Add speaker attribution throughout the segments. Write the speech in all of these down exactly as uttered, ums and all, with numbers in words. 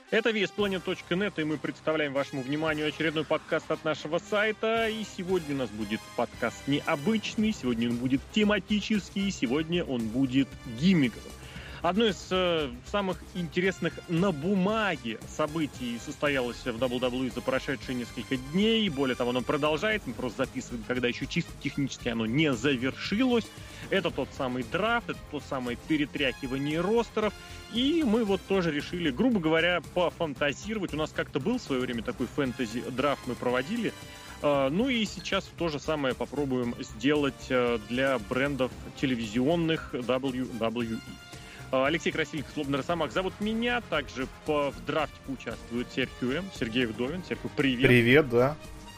Speaker 1: Это ви эс планет точка нет, и мы представляем вашему вниманию очередной подкаст от нашего сайта. И сегодня у нас будет подкаст необычный, сегодня он будет тематический, сегодня он будет гиммиковым. Одно из э, самых интересных на бумаге событий состоялось в дабл ю дабл ю и за прошедшие несколько дней. Более того, оно продолжается. Мы просто записываем, когда еще чисто технически оно не завершилось. Это тот самый драфт, это то самое перетряхивание ростеров. И мы вот тоже решили, грубо говоря, пофантазировать. У нас как-то был в свое время такой фэнтези-драфт, мы проводили. Ну и сейчас то же самое попробуем сделать для брендов телевизионных дабл ю дабл ю и. Алексей Красильников, Злобный Росомах зовут меня. Также по, в драфте поучаствует Серхио М. Сергей Вдовин. Серхио, привет.
Speaker 2: Привет, да.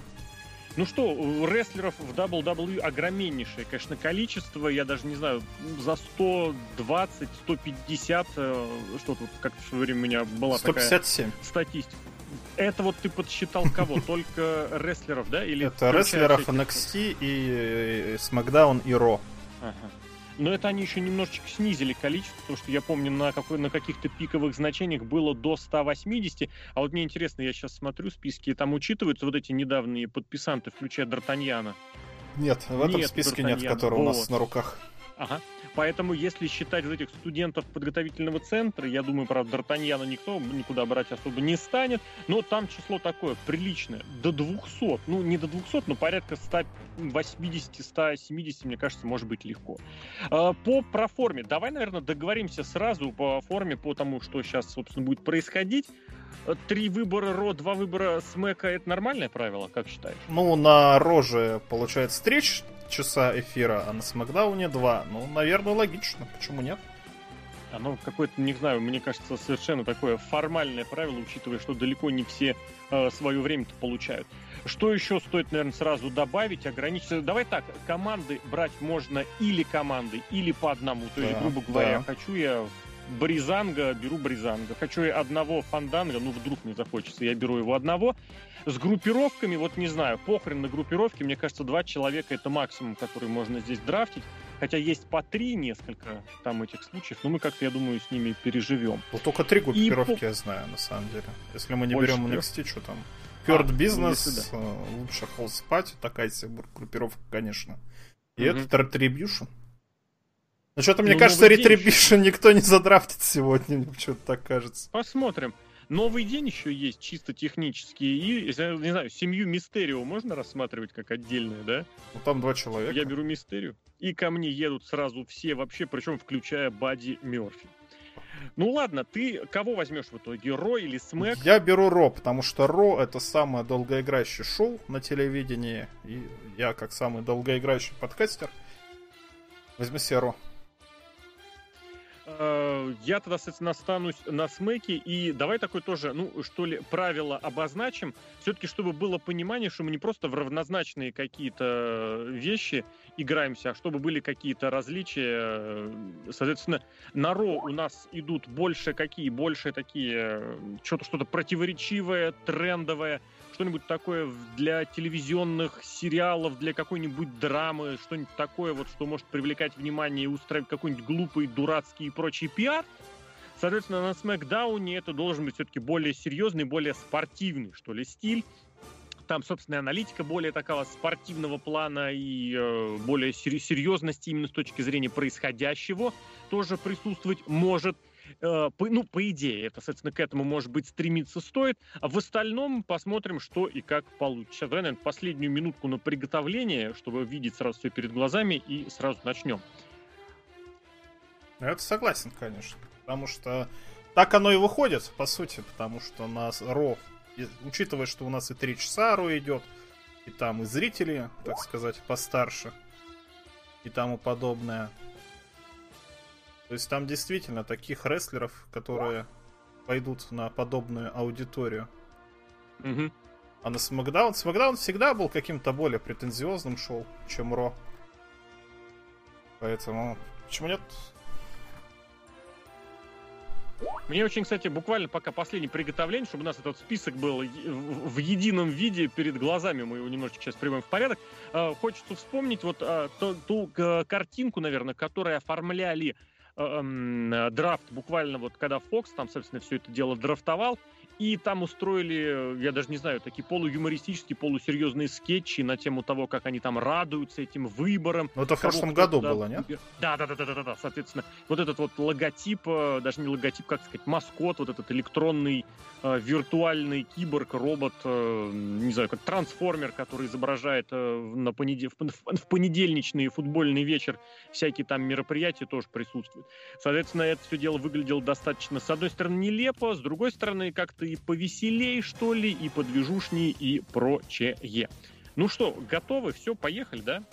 Speaker 1: Ну что, рестлеров в дабл ю дабл ю и огромнейшее, конечно, количество. Я даже не знаю, за сто двадцать - сто пятьдесят, что-то вот как-то в свое время у меня была
Speaker 2: сто пятьдесят семь.
Speaker 1: такая статистика. Это вот ты подсчитал кого? Только рестлеров, да? Или
Speaker 2: это рестлеров эн экс ти и SmackDown и Raw.
Speaker 1: Ага. Но это они еще немножечко снизили количество, потому что я помню, на, какой, на каких-то пиковых значениях было до ста восьмидесяти. А вот мне интересно, я сейчас смотрю списки, там учитываются вот эти недавние подписанты, включая Д'Артаньяна?
Speaker 2: Нет, в этом
Speaker 1: нет
Speaker 2: списке нет, который вот у нас на руках.
Speaker 1: Ага. Поэтому, если считать вот этих студентов подготовительного центра, я думаю, правда, Д'Артаньяна никто никуда брать особо не станет, но там число такое приличное, до двухсот. Ну, не до двухсот, но порядка ста восьмидесяти - ста семидесяти, мне кажется, может быть легко. По проформе. Давай, наверное, договоримся сразу по форме, по тому, что сейчас, собственно, будет происходить. Три выбора Ро, два выбора Смэка — это нормальное правило, как считаешь?
Speaker 2: Ну, на Ро же, получается, три часа эфира, а на Смакдауне два. Ну, наверное, логично. Почему нет?
Speaker 1: Оно какое-то, не знаю, мне кажется, совершенно такое формальное правило, учитывая, что далеко не все э, свое время-то получают. Что еще стоит, наверное, сразу добавить, ограничиться? Давай так, команды брать можно или команды, или по одному. То есть,
Speaker 2: да,
Speaker 1: грубо говоря,
Speaker 2: да.
Speaker 1: хочу я Бризанга, беру Бризанга. Хочу я одного Фанданга, ну, вдруг мне захочется, я беру его одного. С группировками, вот не знаю, похрен на группировки, мне кажется, два человека — это максимум, который можно здесь драфтить. Хотя есть по три несколько там этих случаев, но мы как-то, я думаю, с ними переживем.
Speaker 2: Ну, только три группировки
Speaker 1: по...
Speaker 2: я знаю, на самом деле. Если мы не
Speaker 1: Больше
Speaker 2: берем эн экс ти, что там? Hurt а, Business, ну, лучше House Party, такая себе группировка, конечно. И mm-hmm. это Retribution. Ну, что-то, мне ну, кажется, Retribution день... никто не задрафтит сегодня, мне что-то так кажется.
Speaker 1: Посмотрим. Новый день еще есть, чисто технически. И, не знаю, семью Мистерио можно рассматривать как отдельное, да?
Speaker 2: Ну, там два человека.
Speaker 1: Я беру Мистерио. И ко мне едут сразу все вообще, причем включая Бадди Мёрфи. Ну ладно, ты кого возьмешь в итоге, Ро или Смэк?
Speaker 2: Я беру Ро, потому что Ро — это самое долгоиграющее шоу на телевидении. И я, как самый долгоиграющий подкастер, возьму себе Ро.
Speaker 1: Я тогда, соответственно, останусь на Смэке. И давай такое тоже, ну, что ли, правило обозначим. Все-таки, чтобы было понимание, что мы не просто в равнозначные какие-то вещи играемся, а чтобы были какие-то различия. Соответственно, на Ро у нас идут больше какие? Больше такие, что-то что-то противоречивое, трендовое. Что-нибудь такое для телевизионных сериалов, для какой-нибудь драмы, что-нибудь такое, вот, что может привлекать внимание и устраивать какой-нибудь глупый, дурацкий и прочий пиар. Соответственно, на Смэкдауне это должен быть все-таки более серьезный, более спортивный, что ли, стиль. Там, собственно, аналитика более такого спортивного плана и э, более серьезности именно с точки зрения происходящего тоже присутствовать может. По, ну, по идее, это, соответственно, к этому, может быть, стремиться стоит. А в остальном посмотрим, что и как получится. Сейчас, давай, наверное, последнюю минутку на приготовление, чтобы видеть сразу все перед глазами, и сразу начнем.
Speaker 2: Это согласен, конечно. Потому что так оно и выходит, по сути. Потому что на Ро, учитывая, что у нас и три часа Ро идет, и там и зрители, так сказать, постарше, и тому подобное. То есть там действительно таких рестлеров, которые пойдут на подобную аудиторию.
Speaker 1: Угу.
Speaker 2: А на Смакдаун... Смакдаун всегда был каким-то более претензиозным шоу, чем Ро. Поэтому... Почему нет?
Speaker 1: Мне очень, кстати, буквально пока последнее приготовление, чтобы у нас этот список был в едином виде перед глазами, мы его немножечко сейчас приводим в порядок. Хочется вспомнить вот ту, ту картинку, наверное, которую оформляли э, драфт, буквально вот когда Fox там, собственно, все это дело драфтовал, и там устроили, я даже не знаю, такие полуюмористические, полусерьезные скетчи на тему того, как они там радуются этим выборам.
Speaker 2: Ну, это в прошлом году
Speaker 1: туда...
Speaker 2: было, нет?
Speaker 1: Да, да, да, да, да, да. Соответственно, вот этот вот логотип, даже не логотип, как сказать, маскот, вот этот электронный э, виртуальный киборг, робот, э, не знаю, как трансформер, который изображает э, на понедел... в понедельничный футбольный вечер всякие там мероприятия, тоже присутствуют. Соответственно, это все дело выглядело достаточно, с одной стороны, нелепо, с другой стороны, как-то и повеселей, что ли, и подвижушней, и прочее. Ну что, готовы? Все, поехали, да?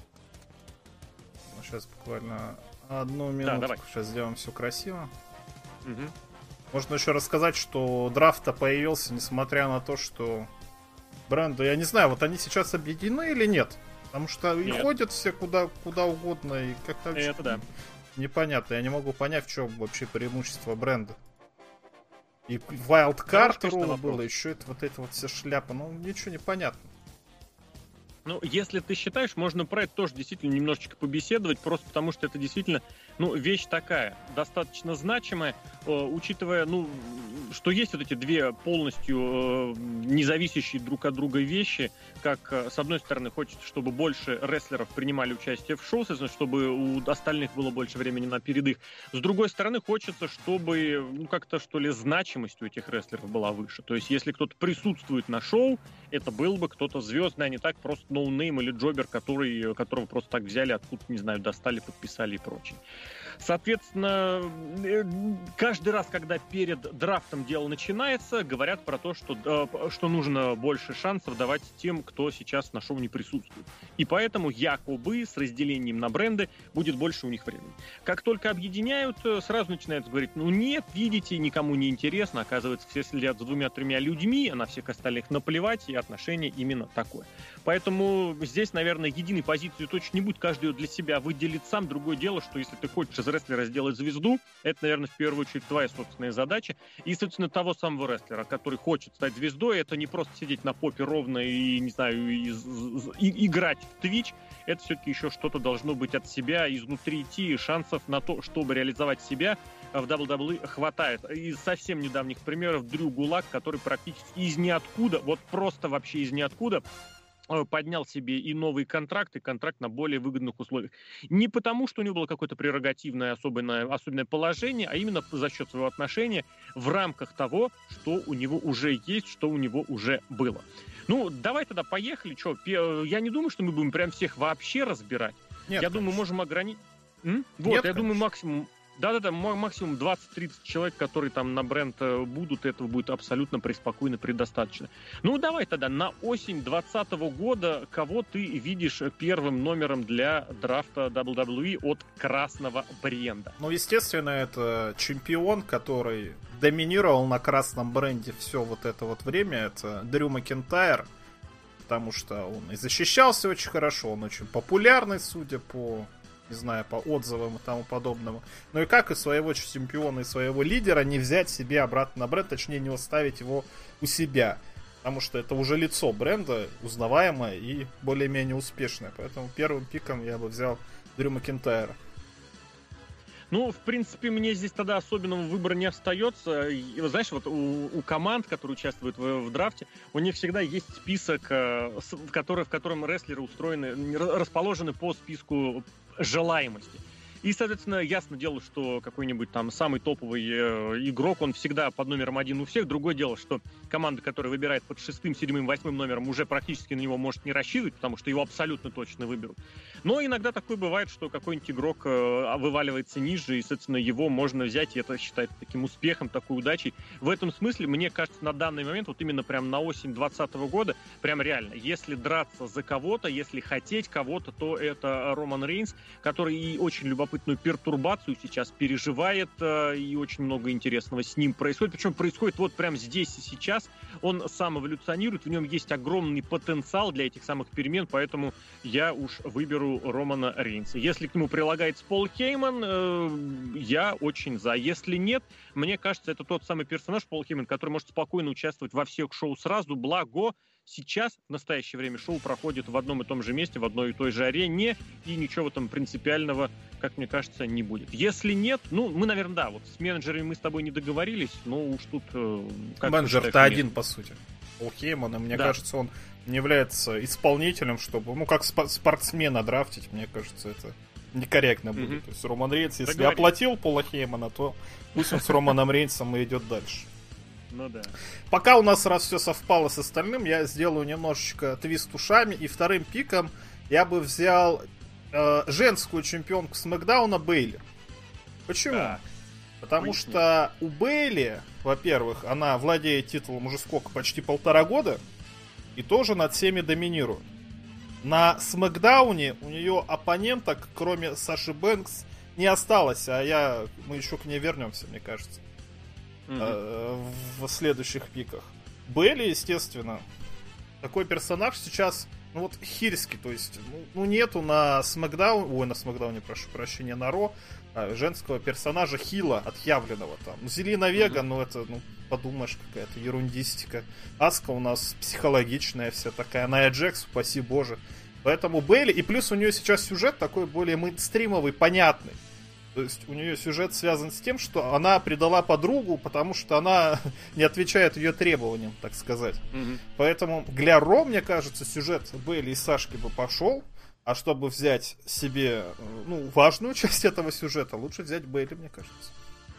Speaker 2: Ну, сейчас буквально одну минуту.
Speaker 1: Да,
Speaker 2: сейчас сделаем все красиво.
Speaker 1: Угу.
Speaker 2: Можно еще рассказать, что драфт-то появился, несмотря на то, что бренды, я не знаю, вот они сейчас объединены или нет? Потому что нет. И ходят все куда, куда угодно, и как-то
Speaker 1: это да.
Speaker 2: непонятно. Я не могу понять, в чем вообще преимущество бренда. И Wildcard Rule было, еще это вот эта вот вся шляпа, ну ничего не понятно.
Speaker 1: Ну, если ты считаешь, можно про это тоже действительно немножечко побеседовать, просто потому что это действительно, ну, вещь такая, достаточно значимая, э, учитывая, ну, что есть вот эти две полностью э, независящие друг от друга вещи, как, э, с одной стороны, хочется, чтобы больше рестлеров принимали участие в шоу, соответственно, чтобы у остальных было больше времени на передых. С другой стороны, хочется, чтобы, ну, как-то, что ли, значимость у этих рестлеров была выше. То есть, если кто-то присутствует на шоу, это был бы кто-то звездный, а не так просто ноунейм или джобер, который, которого просто так взяли, откуда, не знаю, достали, подписали и прочее. Соответственно, каждый раз, когда перед драфтом дело начинается, говорят про то, что, что нужно больше шансов давать тем, кто сейчас на шоу не присутствует. И поэтому якобы с разделением на бренды будет больше у них времени. Как только объединяют, сразу начинают говорить, ну нет, видите, никому не интересно, оказывается, все следят за двумя-тремя людьми, а на всех остальных наплевать, и отношение именно такое. Поэтому здесь, наверное, единой позиции точно не будет, каждый ее для себя выделит сам. Другое дело, что если ты хочешь из рестлера сделать звезду, это, наверное, в первую очередь твоя собственная задача. И, собственно, того самого рестлера, который хочет стать звездой, это не просто сидеть на попе ровно и, не знаю, и, и, играть в Twitch. Это все-таки еще что-то должно быть от себя, изнутри идти, и шансов на то, чтобы реализовать себя, в дабл ю дабл ю и хватает. Из совсем недавних примеров Дрю Гулак, который практически из ниоткуда, вот просто вообще из ниоткуда, поднял себе и новый контракт, и контракт на более выгодных условиях. Не потому, что у него было какое-то прерогативное особенное, особенное положение, а именно за счет своего отношения в рамках того, что у него уже есть, что у него уже было. Ну, давай тогда поехали. Че, я не думаю, что мы будем прям всех вообще разбирать.
Speaker 2: Нет,
Speaker 1: я
Speaker 2: конечно.
Speaker 1: думаю, можем ограничить. Вот,
Speaker 2: Нет,
Speaker 1: я
Speaker 2: конечно.
Speaker 1: думаю, максимум Да-да-да, максимум двадцать-тридцать человек, которые там на бренд будут, этого будет абсолютно преспокойно предостаточно. Ну, давай тогда на осень двадцатого года кого ты видишь первым номером для драфта дабл ю дабл ю и от красного бренда?
Speaker 2: Ну, естественно, это чемпион, который доминировал на красном бренде все вот это вот время. Это Дрю Макентайр, потому что он и защищался очень хорошо, он очень популярный, судя по... не знаю, по отзывам и тому подобному. Ну и как и своего чемпиона, и своего лидера не взять себе обратно на бренд, точнее не оставить его у себя. Потому что это уже лицо бренда, узнаваемое и более-менее успешное. Поэтому первым пиком я бы взял Дрю Макентайра.
Speaker 1: Ну, в принципе, мне здесь тогда особенного выбора не остается. И, знаешь, вот у, у команд, которые участвуют в, в драфте, у них всегда есть список, в, который, в котором рестлеры устроены, расположены по списку желаемости. И, соответственно, ясно дело, что какой-нибудь там самый топовый э, игрок, он всегда под номером один у всех. Другое дело, что команда, которая выбирает под шестым, седьмым, восьмым номером, уже практически на него может не рассчитывать, потому что его абсолютно точно выберут. Но иногда такое бывает, что какой-нибудь игрок э, вываливается ниже, и, соответственно, его можно взять, и это считается таким успехом, такой удачей. В этом смысле, мне кажется, на данный момент, вот именно прям на осень двадцатого года, прям реально, если драться за кого-то, если хотеть кого-то, то это Роман Рейнс, который и очень любопытный пертурбацию сейчас переживает, и очень много интересного с ним происходит. Причем происходит вот прямо здесь и сейчас. Он сам эволюционирует, в нем есть огромный потенциал для этих самых перемен, поэтому я уж выберу Романа Рейнса. Если к нему прилагается Пол Хейман, э, я очень за. Если нет, мне кажется, это тот самый персонаж Пол Хейман, который может спокойно участвовать во всех шоу сразу, благо сейчас, в настоящее время, шоу проходит в одном и том же месте, в одной и той же арене, и ничего в этом принципиального, как мне кажется, не будет. Если нет, ну, мы, наверное, да, вот с менеджерами мы с тобой не договорились, но уж тут...
Speaker 2: Менеджер-то один, по сути. Пол Хейман, и мне да. кажется, он не является исполнителем, чтобы, ну, как спортсмена драфтить, мне кажется, это некорректно будет. Mm-hmm. То есть Роман Рейнс, если Договорим. оплатил Пола Хеймана, то пусть он с Романом Рейнсом и идет дальше.
Speaker 1: Ну да.
Speaker 2: Пока у нас, раз все совпало с остальным, я сделаю немножечко твист ушами, и вторым пиком я бы взял э, женскую чемпионку Смэкдауна Бейли. Почему? Так. Потому Поясни. что у Бейли, во-первых, она владеет титулом уже сколько? Почти полтора года. И тоже над всеми доминирует. На Смэкдауне у нее оппоненток, кроме Саши Бэнкс, не осталось. А я, мы еще к ней вернемся, мне кажется. Mm-hmm. В следующих пиках. Бейли, естественно, такой персонаж сейчас, ну вот, хильский, то есть, ну, ну нету на Смэкдауне, ой, на Смэкдауне, прошу прощения, на Ро, а, женского персонажа хила, отъявленного там. Ну, Зелина Вега, mm-hmm. ну это, ну, подумаешь, какая-то ерундистика. Аска у нас психологичная вся такая, Найя Джекс, спаси боже. Поэтому Бейли, и плюс у нее сейчас сюжет такой более мейнстримовый, понятный. То есть у нее сюжет связан с тем, что она предала подругу, потому что она не отвечает ее требованиям, так сказать. Mm-hmm. Поэтому для Ро, мне кажется, сюжет Бейли и Сашки бы пошел, а чтобы взять себе, ну, важную часть этого сюжета, лучше взять Бейли, мне кажется.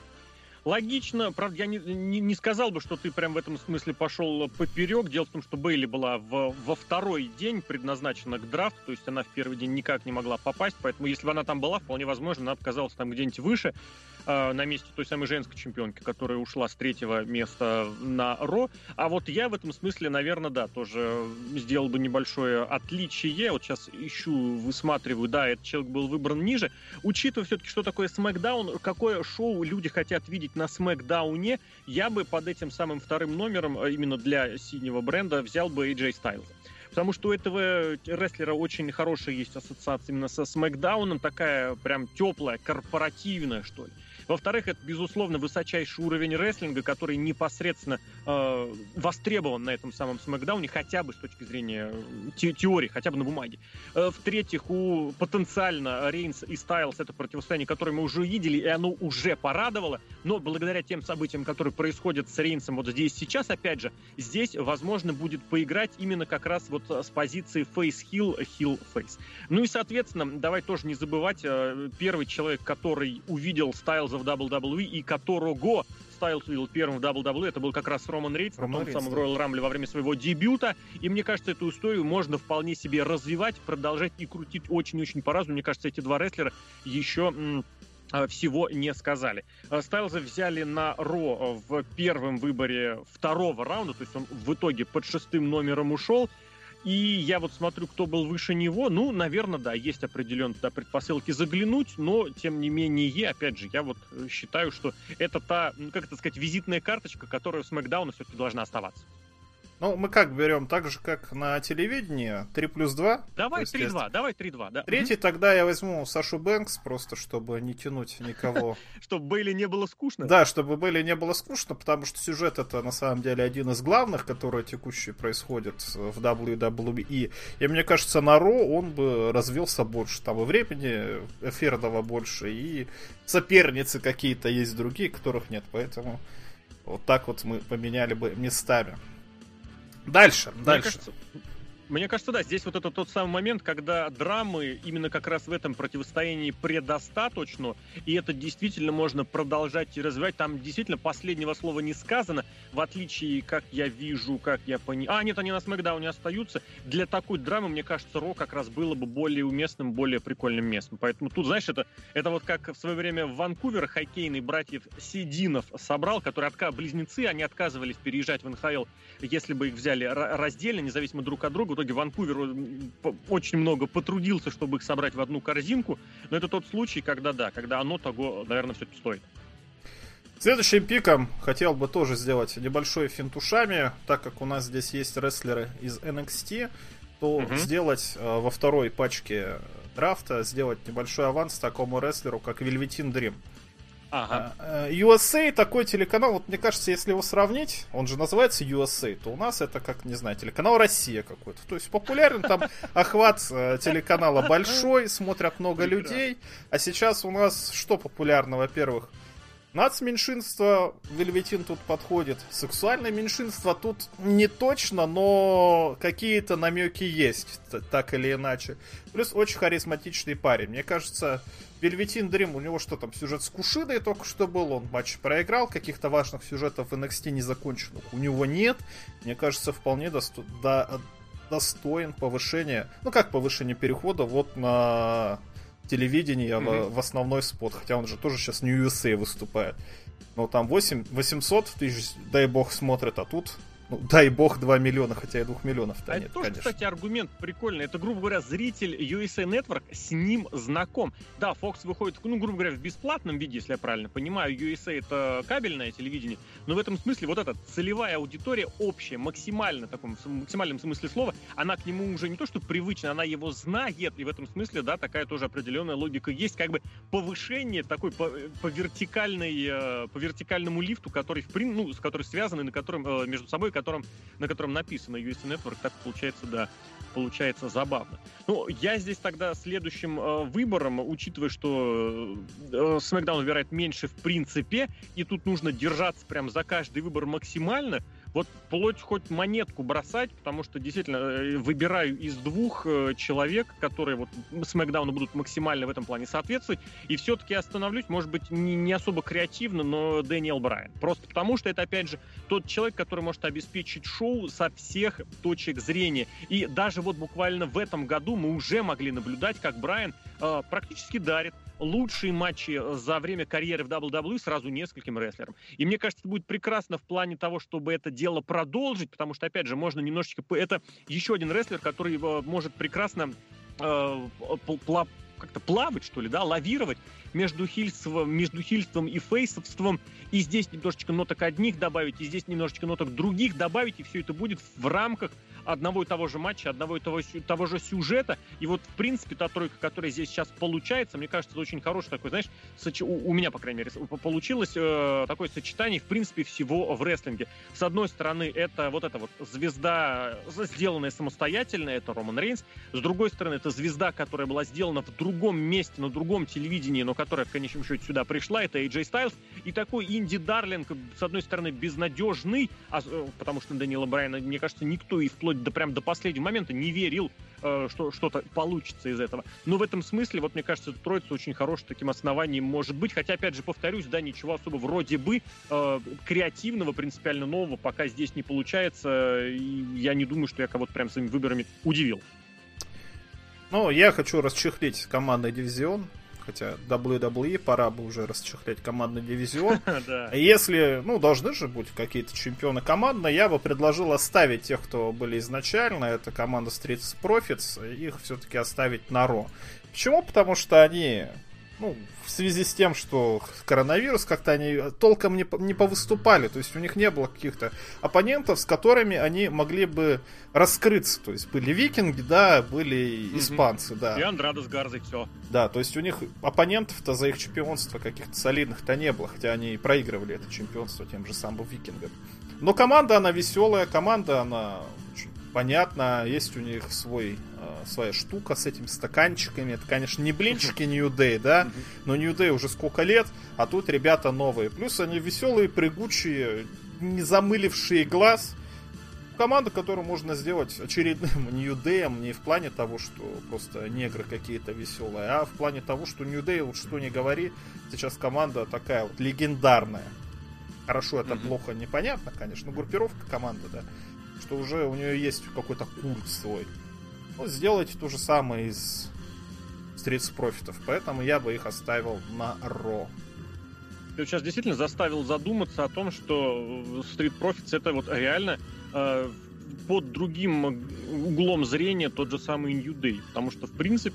Speaker 1: Логично, правда, я не, не, не сказал бы, что ты прям в этом смысле пошел поперек. Дело в том, что Бейли была в, во второй день предназначена к драфту, то есть она в первый день никак не могла попасть, поэтому если бы она там была, вполне возможно, она оказалась там где-нибудь выше, э, на месте той самой женской чемпионки, которая ушла с третьего места на Ро. А вот я в этом смысле, наверное, да, тоже сделал бы небольшое отличие. Вот сейчас ищу, высматриваю, да, этот человек был выбран ниже. Учитывая все-таки, что такое Смэкдаун, какое шоу люди хотят видеть на Смэкдауне, я бы под этим самым вторым номером, именно для синего бренда, взял бы эй джей Стайлза. Потому что у этого рестлера очень хорошая есть ассоциация именно со Смэкдауном, такая прям теплая, корпоративная, что ли. Во-вторых, это, безусловно, высочайший уровень рестлинга, который непосредственно э, востребован на этом самом Смэкдауне, хотя бы с точки зрения те- теории, хотя бы на бумаге. Э, в-третьих, у потенциально Рейнс и Стайлз это противостояние, которое мы уже видели, и оно уже порадовало, но благодаря тем событиям, которые происходят с Рейнсом вот здесь сейчас, опять же, здесь, возможно, будет поиграть именно как раз вот с позиции фейс-хил, хил-фейс. Ну и, соответственно, давай тоже не забывать, э, первый человек, который увидел Стайлза в дабл ю дабл ю и, и которого Стайлз увидел первым в дабл ю дабл ю, это был как раз Роман Рейнс на том самом Royal Rumble во время своего дебюта. И мне кажется, эту историю можно вполне себе развивать, продолжать и крутить очень-очень по-разному. Мне кажется, эти два рестлера еще м- всего не сказали. Стайлза взяли на Ро в первом выборе второго раунда, то есть он в итоге под шестым номером ушел. И я вот смотрю, кто был выше него. Ну, наверное, да, есть определенные да, предпосылки заглянуть, но, тем не менее, опять же, я вот считаю, что это та, ну, как это сказать, визитная карточка, которая у Смэкдауна все-таки должна оставаться.
Speaker 2: Ну, мы как берем? Так же, как на телевидении, три плюс два?
Speaker 1: Давай три-два, давай три-два, да.
Speaker 2: Третий угу. Тогда я возьму Сашу Бэнкс, просто чтобы не тянуть никого.
Speaker 1: Чтобы Бейли не было скучно?
Speaker 2: Да, чтобы Бейли не было скучно, потому что сюжет это на самом деле один из главных, которые текущие происходят в дабл ю дабл ю и. И мне кажется, на Ро он бы развился больше. Там и времени эфирного больше, и соперницы какие-то есть другие, которых нет. Поэтому вот так вот мы поменяли бы местами. Дальше,
Speaker 1: мне
Speaker 2: дальше.
Speaker 1: Кажется, мне кажется, да, здесь вот это тот самый момент, когда драмы именно как раз в этом противостоянии предостаточно, и это действительно можно продолжать и развивать. Там действительно последнего слова не сказано, в отличие, как я вижу, как я понимаю... А, нет, они на Смэкдауне остаются. Для такой драмы, мне кажется, Ро как раз было бы более уместным, более прикольным местом. Поэтому тут, знаешь, это, это вот как в свое время в Ванкувер хоккейный братьев Сединов собрал, которые отка... близнецы, они отказывались переезжать в эн ха эл, если бы их взяли раздельно, независимо друг от друга. В итоге Ванкувер очень много потрудился, чтобы их собрать в одну корзинку. Но это тот случай, когда да, когда оно того, наверное, все-таки стоит.
Speaker 2: Следующим пиком хотел бы тоже сделать небольшой финт ушами, так как у нас здесь есть рестлеры из эн экс ти, то угу. сделать э, во второй пачке драфта, сделать небольшой аванс такому рестлеру, как Velveteen Dream.
Speaker 1: Ага.
Speaker 2: ю эс эй такой телеканал, вот мне кажется, если его сравнить, он же называется ю эс эй, то у нас это как, не знаю, телеканал Россия какой-то. То есть популярен там охват телеканала большой, смотрят много людей. А сейчас у нас что популярно, во-первых? Нацменьшинство, Вельветин тут подходит. Сексуальное меньшинство тут не точно, но какие-то намеки есть, так или иначе. Плюс очень харизматичный парень. Мне кажется, Вельветин Дрим, у него что там, сюжет с Кушидой только что был, он матч проиграл, каких-то важных сюжетов в эн экс ти незаконченных у него нет. Мне кажется, вполне досто... до... достоин повышения, ну как повышение перехода вот на телевидение, mm-hmm. в, в основной спот, хотя он же тоже сейчас не ю эс эй выступает. Но там восемь, восемьсот тысяч, дай бог, смотрят, а тут, ну, дай бог, два миллиона, хотя и двух миллионов-то
Speaker 1: а
Speaker 2: нет,
Speaker 1: это тоже,
Speaker 2: конечно.
Speaker 1: Кстати, аргумент прикольный. Это, грубо говоря, зритель ю эс эй Network с ним знаком. Да, Fox выходит, ну, грубо говоря, в бесплатном виде, если я правильно понимаю. ю эс эй это кабельное телевидение, но в этом смысле вот эта целевая аудитория общая, максимально, в таком максимальном смысле слова, она к нему уже не то что привычна, она его знает, и в этом смысле, да, такая тоже определенная логика есть, как бы повышение такой по, по вертикальной, по вертикальному лифту, который, в прин, ну, с которой связаны, на котором, между собой, которым, на котором написано ю эс эй Network, так получается, да, получается забавно. Ну, я здесь тогда следующим э, выбором, учитывая, что э, SmackDown выбирает меньше в принципе, и тут нужно держаться прям за каждый выбор максимально, вот плоть хоть монетку бросать, потому что действительно э, выбираю из двух э, человек, которые вот SmackDown будут максимально в этом плане соответствовать, и все-таки остановлюсь, может быть, не, не особо креативно, но Дэниел Брайан. Просто потому что это, опять же, тот человек, который может обеспечить шоу со всех точек зрения. И даже вот буквально в этом году мы уже могли наблюдать, как Брайан э, практически дарит лучшие матчи за время карьеры в дабл ю дабл ю и сразу нескольким рестлерам. И мне кажется, это будет прекрасно в плане того, чтобы это дело продолжить, потому что, опять же, можно немножечко... Это еще один рестлер, который э, может прекрасно э, пла... как-то плавать, что ли, да, лавировать между хильством, между хильством и фейсовством, и здесь немножечко ноток одних добавить, и здесь немножечко ноток других добавить, и все это будет в рамках одного и того же матча, одного и того, того же сюжета. И вот, в принципе, та тройка, которая здесь сейчас получается, мне кажется, это очень хороший такой, знаешь, соч... у, у меня, по крайней мере, получилось э, такое сочетание, в принципе, всего в рестлинге. С одной стороны, это вот эта вот звезда, сделанная самостоятельно, это Роман Рейнс. С другой стороны, это звезда, которая была сделана в другом месте, на другом телевидении, но которая в конечном счете сюда пришла, это эй джей Styles. И такой инди-дарлинг, с одной стороны, безнадежный, а, потому что Дэниела Брайана, мне кажется, никто и вплоть до прям до последнего момента не верил, э, что что-то получится из этого. Но в этом смысле, вот мне кажется, эта троица очень хорошим таким основанием может быть. Хотя, опять же, повторюсь, да, ничего особо вроде бы э, креативного, принципиально нового пока здесь не получается. И я не думаю, что я кого-то прям своими выборами удивил.
Speaker 2: Ну, я хочу расчехлить командный дивизион. Хотя дабл ю дабл ю и пора бы уже расчехлять командный дивизион. Если, ну, должны же быть какие-то чемпионы командные, я бы предложил оставить тех, кто были изначально. Это команда Street Profits. Их все-таки оставить на Ро. Почему? Потому что они, ну, в связи с тем, что коронавирус, как-то они толком не, не повыступали. То есть у них не было каких-то оппонентов, с которыми они могли бы раскрыться. То есть были викинги, да, были испанцы, mm-hmm. да.
Speaker 1: И Андрадо с Гарзой, все.
Speaker 2: Да, то есть у них оппонентов-то за их чемпионство каких-то солидных-то не было, хотя они проигрывали это чемпионство тем же самым викингам. Но команда, она веселая, команда, она очень понятна, есть у них свой, э, своя штука с этими стаканчиками. Это, конечно, не блинчики New Day, да, но New Day уже сколько лет, а тут ребята новые. Плюс они веселые, прыгучие, не замылившие глаз. Команда, которую можно сделать очередным New Day'ом, не в плане того, что просто негры какие-то веселые, а в плане того, что New Day, вот что не говори, сейчас команда такая вот легендарная. Хорошо, это mm-hmm. плохо, непонятно, конечно, но группировка команды, да, что уже у нее есть какой-то культ свой. Ну, сделайте то же самое из Street Profits, поэтому я бы их оставил на Ро.
Speaker 1: Ты сейчас действительно заставил задуматься о том, что Street Profits это вот реально э, под другим углом зрения тот же самый New Day. Потому что, в принципе,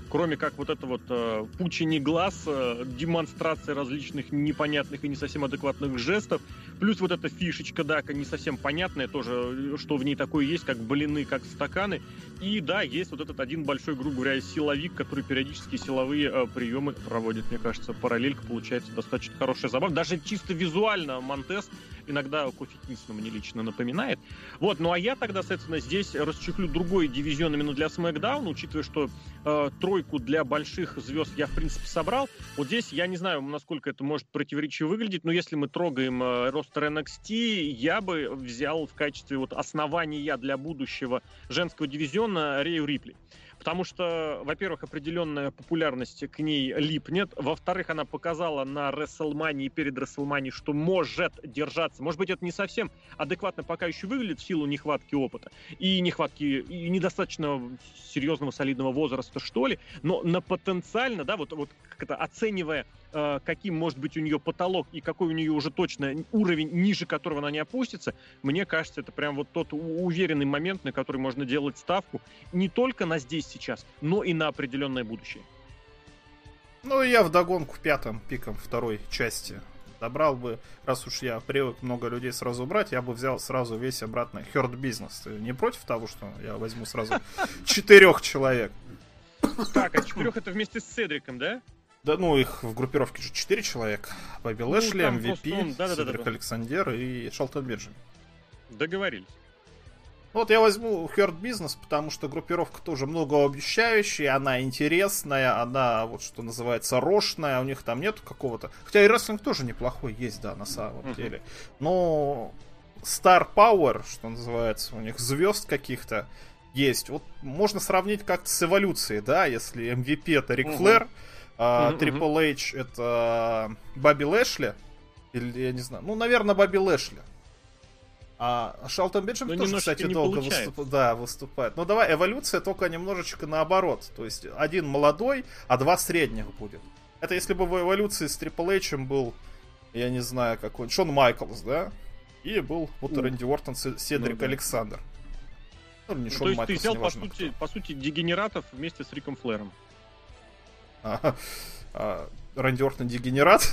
Speaker 1: кроме как вот это вот э, пучение глаз, э, демонстрация различных непонятных и не совсем адекватных жестов, плюс вот эта фишечка Дака не совсем понятная тоже, что в ней такое есть, как блины, как стаканы. И да, есть вот этот один большой, грубо говоря, силовик, который периодически силовые э, приемы проводит. Мне кажется, параллелька получается достаточно хорошая забава. Даже чисто визуально Монтес иногда Кофи Кингстона мне лично напоминает. Вот, ну а я тогда, соответственно, здесь расчехлю другой дивизион именно для SmackDown, учитывая, что э, тройку для больших звезд я, в принципе, собрал. Вот здесь я не знаю, насколько это может противоречиво выглядеть, но если мы трогаем э, ростер эн экс ти, я бы взял в качестве вот основания для будущего женского дивизиона Рею Рипли. Потому что, во-первых, определенная популярность к ней липнет. Во-вторых, она показала на WrestleMania и перед WrestleMania, что может держаться. Может быть, это не совсем адекватно пока еще выглядит в силу нехватки опыта и нехватки, и недостаточно серьезного, солидного возраста, что ли. Но на потенциально, да, вот, вот как это, оценивая, э, каким может быть у нее потолок и какой у нее уже точно уровень, ниже которого она не опустится, мне кажется, это прям вот тот уверенный момент, на который можно делать ставку не только на здесь сейчас, но и на определенное будущее.
Speaker 2: Ну, я вдогонку пятым пиком второй части добрал бы, раз уж я привык много людей сразу брать, я бы взял сразу весь обратно Hurt Business. Ты не против того, что я возьму сразу четырех человек?
Speaker 1: Так, а четырех это вместе с Седриком, да?
Speaker 2: Да, ну их в группировке же четыре человека. Бобби ну, Лэшли, эм ви пи, он... да, Седрик да, да, да. Александер и Шелтон Бенджамин.
Speaker 1: Договорились.
Speaker 2: Вот я возьму Hurt Business, потому что группировка тоже многообещающая, она интересная, она, вот что называется, рошная, у них там нету какого-то... Хотя и рестлинг тоже неплохой есть, да, на самом uh-huh. деле. Но Star Power, что называется, у них звезд каких-то есть. Вот можно сравнить как-то с эволюцией, да, если эм ви пи это Рик uh-huh. Флэр, uh, uh-huh. Triple H это Бобби Лэшли, или, я не знаю, ну, наверное, Бобби Лэшли. А Шелтон Бенджамин тоже, кстати, долго выступ... да, выступает. Но давай, эволюция только немножечко наоборот. То есть один молодой, а два средних будет. Это если бы в эволюции с Трипл Эйчем был, я не знаю, какой Шон Майклс, да? И был вот У. Рэнди Уортон, Седрик ну, да. Александр. Ну, не ну, Шон
Speaker 1: то есть
Speaker 2: Майклс,
Speaker 1: ты взял, по
Speaker 2: важно,
Speaker 1: сути, по сути, дегенератов вместе с Риком Флэром.
Speaker 2: А, а, Рэнди Уортон дегенерат?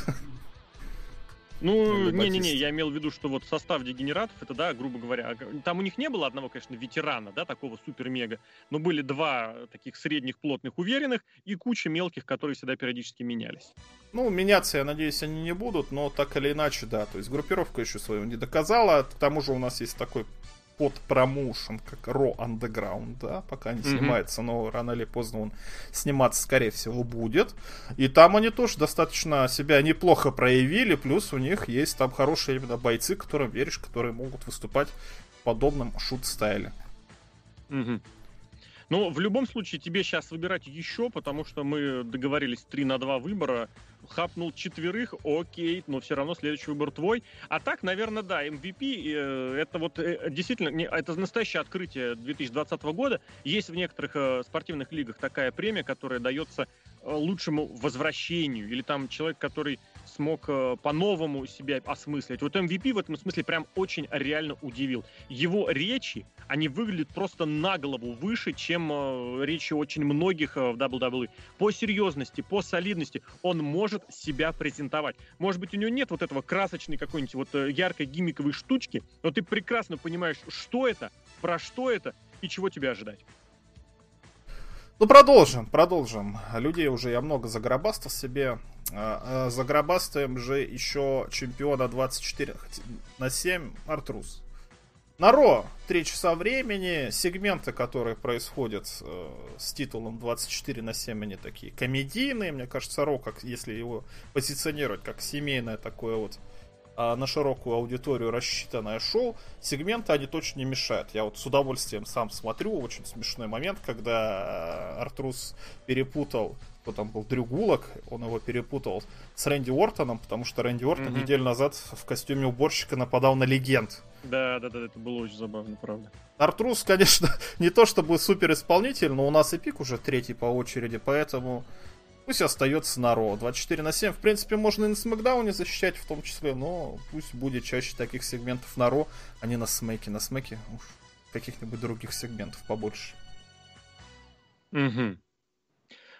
Speaker 1: Ну, не-не-не, я имел в виду, что вот состав дегенератов, это, да, грубо говоря, там у них не было одного, конечно, ветерана, да, такого супер-мега, но были два таких средних, плотных, уверенных и куча мелких, которые всегда периодически менялись.
Speaker 2: Ну, меняться, я надеюсь, они не будут, но так или иначе, да, то есть группировка еще свою не доказала, к тому же у нас есть такой под промоушен, как Raw Underground, да, пока не mm-hmm. снимается, но рано или поздно он сниматься, скорее всего, будет. И там они тоже достаточно себя неплохо проявили, плюс у них есть там хорошие именно бойцы, которым веришь, которые могут выступать в подобном шут-стайле.
Speaker 1: Mm-hmm. Ну, в любом случае, тебе сейчас выбирать еще, потому что мы договорились три на два выбора. Хапнул четверых, окей, но все равно следующий выбор твой. А так, наверное, да, эм ви пи, э, это вот э, действительно, не, это настоящее открытие две тысячи двадцатого года. Есть в некоторых э, спортивных лигах такая премия, которая дается э, лучшему возвращению. Или там человек, который смог э, по-новому себя осмыслить. Вот эм ви пи в этом смысле прям очень реально удивил. Его речи, они выглядят просто на голову выше, чем э, речи очень многих э, в дабл ю дабл ю и. По серьезности, по солидности он может себя презентовать. Может быть, у него нет вот этого красочной какой-нибудь вот э, яркой гиммиковой штучки, но ты прекрасно понимаешь, что это, про что это и чего тебе ожидать.
Speaker 2: Ну, продолжим, продолжим. Людей уже я много загробастал себе. Загробастаем же еще чемпиона двадцать четыре на семь Артрус. На Ро три часа времени. Сегменты, которые происходят э, с титулом двадцать четыре на семь, они такие комедийные. Мне кажется, Ро, как, если его позиционировать как семейное такое вот э, на широкую аудиторию рассчитанное шоу, сегменты они точно не мешают. Я вот с удовольствием сам смотрю. Очень смешной момент, когда Артрус перепутал, кто там был, Дрю Гулак, он его перепутал с Рэнди Уортоном, потому что Рэнди Уортон mm-hmm. неделю назад в костюме уборщика нападал на легенд.
Speaker 1: Да, да, да, это было очень забавно, правда.
Speaker 2: Артрус, конечно, не то чтобы супер исполнитель, но у нас и пик уже третий по очереди, поэтому пусть остается на Ро. двадцать четыре на семь, в принципе, можно и на Смэкдауне защищать в том числе, но пусть будет чаще таких сегментов на Ро, а не на Смэке. На Смэке уж каких-нибудь других сегментов побольше.
Speaker 1: Угу.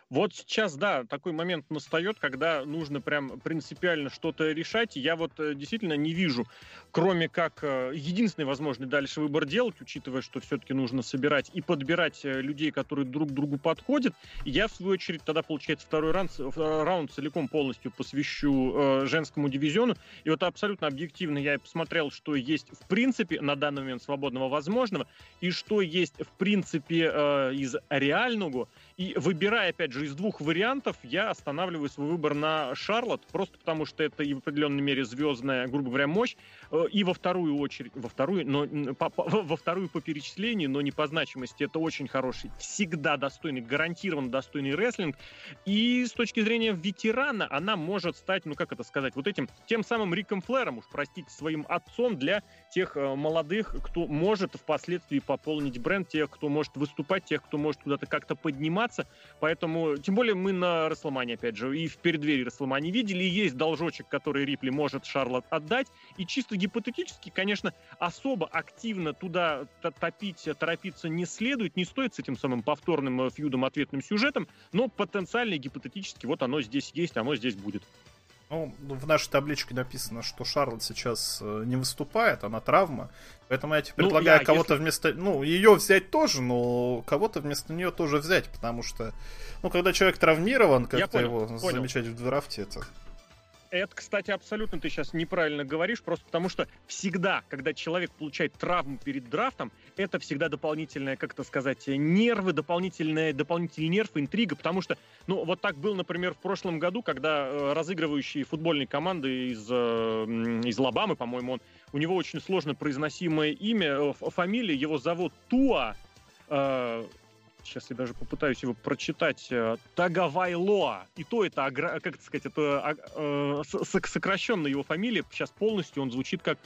Speaker 1: Вот сейчас, да, такой момент настает, когда нужно прям принципиально что-то решать. Я вот э, действительно не вижу, кроме как э, единственный возможный дальше выбор делать, учитывая, что все-таки нужно собирать и подбирать э, людей, которые друг другу подходят. Я, в свою очередь, тогда, получается, второй раунд, раунд целиком полностью посвящу э, женскому дивизиону. И вот абсолютно объективно я посмотрел, что есть в принципе на данный момент свободного возможного, и что есть в принципе э, из реального. И выбирая, опять же, из двух вариантов, я останавливаю свой выбор на Шарлотт, просто потому что это и в определенной мере звездная, грубо говоря, мощь, и во вторую очередь, во вторую, но, по, по, во вторую по перечислению, но не по значимости, это очень хороший, всегда достойный, гарантированно достойный рестлинг, и с точки зрения ветерана она может стать, ну как это сказать, вот этим, тем самым Риком Флэром, уж простите, своим отцом для тех э, молодых, кто может впоследствии пополнить бренд, тех, кто может выступать, тех, кто может куда-то как-то подниматься. Поэтому, тем более, мы на Расселмане, опять же, и в преддверии Расселмани видели, и есть должочек, который Рипли может Шарлотт отдать. И чисто гипотетически, конечно, особо активно туда топить, торопиться не следует, не стоит с этим самым повторным фьюдом, ответным сюжетом, но потенциально, гипотетически, вот оно здесь есть, оно здесь будет.
Speaker 2: Ну, в нашей табличке написано, что Шарлотт сейчас не выступает, она травма. Поэтому я тебе предлагаю ну, я, кого-то если... вместо... Ну, ее взять тоже, но кого-то вместо нее тоже взять, потому что, ну, когда человек травмирован, как-то его понял. замечать в драфте, это...
Speaker 1: Это, кстати, абсолютно ты сейчас неправильно говоришь, просто потому что всегда, когда человек получает травму перед драфтом, это всегда дополнительная, как это сказать, нервы, дополнительная, дополнительный нерв, интрига, потому что, ну, вот так был, например, в прошлом году, когда э, разыгрывающие футбольные команды из, э, из Алабамы, по-моему, он, у него очень сложно произносимое имя, э, фамилия, его зовут Туа, э, сейчас я даже попытаюсь его прочитать, Тагавайлоа. И то это, как это сказать, это э, сокращенная его фамилия. Сейчас полностью он звучит как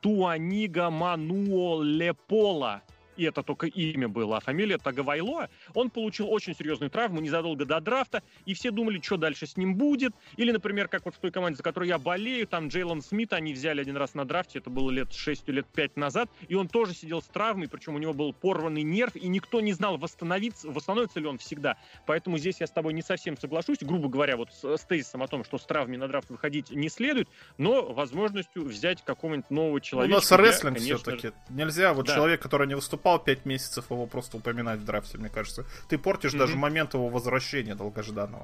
Speaker 1: Туанига Мануо Лепола. И это только имя было, а фамилия Тагавайлоа. Он получил очень серьезную травму незадолго до драфта, и все думали, что дальше с ним будет. Или, например, как вот в той команде, за которой я болею, там Джейлон Смит, они взяли один раз на драфте, это было лет шесть, лет пять назад, и он тоже сидел с травмой, причем у него был порванный нерв, и никто не знал, восстановиться, восстановится ли он всегда. Поэтому здесь я с тобой не совсем соглашусь, грубо говоря, вот с, с тезисом о том, что с травмой на драфт выходить не следует, но возможностью взять какого-нибудь нового человека.
Speaker 2: У нас рестлинг конечно... все-таки. Нельзя вот
Speaker 1: да.
Speaker 2: человек, который не выступал пять месяцев, его просто упоминать в драфте, мне кажется. Ты портишь mm-hmm. даже момент его возвращения долгожданного.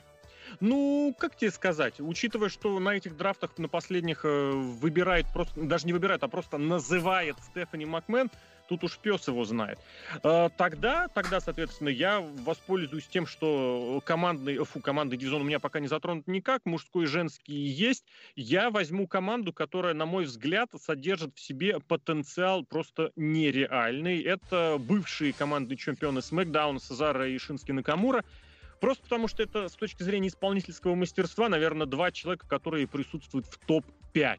Speaker 1: Ну, как тебе сказать, учитывая, что на этих драфтах, на последних, выбирает просто, даже не выбирает, а просто называет Стефани Макмен, тут уж пес его знает. Тогда, тогда, соответственно, я воспользуюсь тем, что командный, фу, командный дивизион у меня пока не затронут никак, мужской и женский есть. Я возьму команду, которая, на мой взгляд, содержит в себе потенциал просто нереальный. Это бывшие командные чемпионы Смэкдауна Сезаро и Шински Накамура. Просто потому, что это с точки зрения исполнительского мастерства, наверное, два человека, которые присутствуют в топ пять.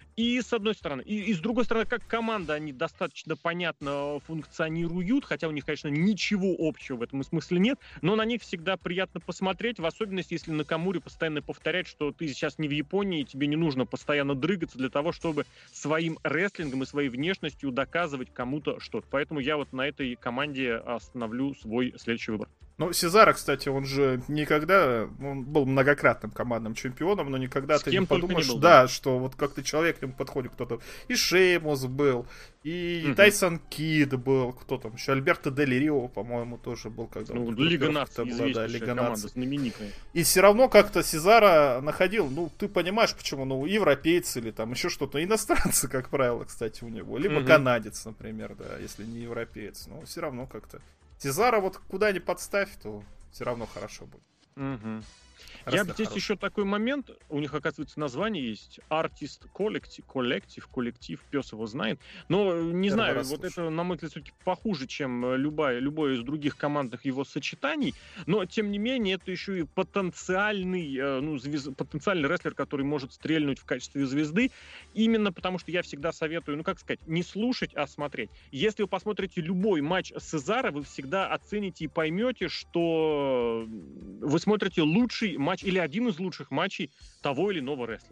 Speaker 1: И с одной стороны. И, и с другой стороны, как команда, они достаточно понятно функционируют, хотя у них, конечно, ничего общего в этом смысле нет, но на них всегда приятно посмотреть, в особенности, если Накамуре постоянно повторять, что ты сейчас не в Японии, тебе не нужно постоянно дрыгаться для того, чтобы своим рестлингом и своей внешностью доказывать кому-то что-то. Поэтому я вот на этой команде остановлю свой следующий выбор.
Speaker 2: Ну, Сезаро, кстати, он же никогда, он был многократным командным чемпионом, но никогда ты не подумаешь, не был, да, да, что вот как-то человек к нему подходит, кто-то, и Шеймус был, и угу. Тайсон Кид был, кто там еще, Альберто Дель Рио, по-моему, тоже был, когда
Speaker 1: ну,
Speaker 2: он
Speaker 1: Лига Наций, известнейшая да, команда, знаменитая.
Speaker 2: И все равно как-то Сезаро находил, ну, ты понимаешь, почему, ну, европейцы или там еще что-то, иностранцы, как правило, кстати, у него, либо угу. канадец, например, да, если не европеец, но все равно как-то. Сезаро вот куда ни подставь, то все равно хорошо будет.
Speaker 1: Угу. Я бы здесь хороший. Еще такой момент, у них, оказывается, название есть, Artist Collective, коллектив, коллектив, пес его знает, но не Первый знаю, вот слушаю. Это, на мой взгляд, все-таки похуже, чем любая, любое из других командных его сочетаний, но, тем не менее, это еще и потенциальный, ну, звезд... потенциальный рестлер, который может стрельнуть в качестве звезды, именно потому, что я всегда советую, ну, как сказать, не слушать, а смотреть. Если вы посмотрите любой матч Сезаро, вы всегда оцените и поймете, что вы смотрите лучший матч или один из лучших матчей того или иного рестлера.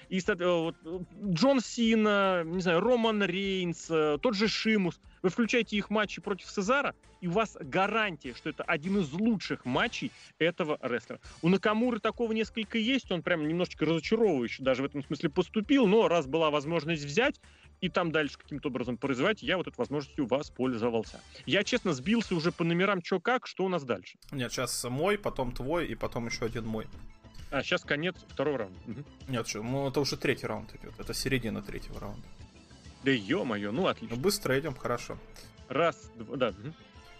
Speaker 1: И вот, Джон Сина, не знаю, Роман Рейнс, тот же Шимус. Вы включаете их матчи против Сезара, и у вас гарантия, что это один из лучших матчей этого рестлера. У Накамуры такого несколько есть, он прям немножечко разочаровывающе даже в этом смысле поступил, но раз была возможность взять и там дальше каким-то образом производить, я вот этой возможностью воспользовался. Я, честно, сбился уже по номерам, чё как, что у нас дальше.
Speaker 2: Нет, сейчас мой, потом твой, и потом еще один мой.
Speaker 1: А сейчас конец второго раунда. Угу.
Speaker 2: Нет, что, ну это уже третий раунд идет, это середина третьего раунда.
Speaker 1: Да ё-моё, ну отлично.
Speaker 2: Ну, быстро идем, хорошо.
Speaker 1: Раз, два, да. Угу.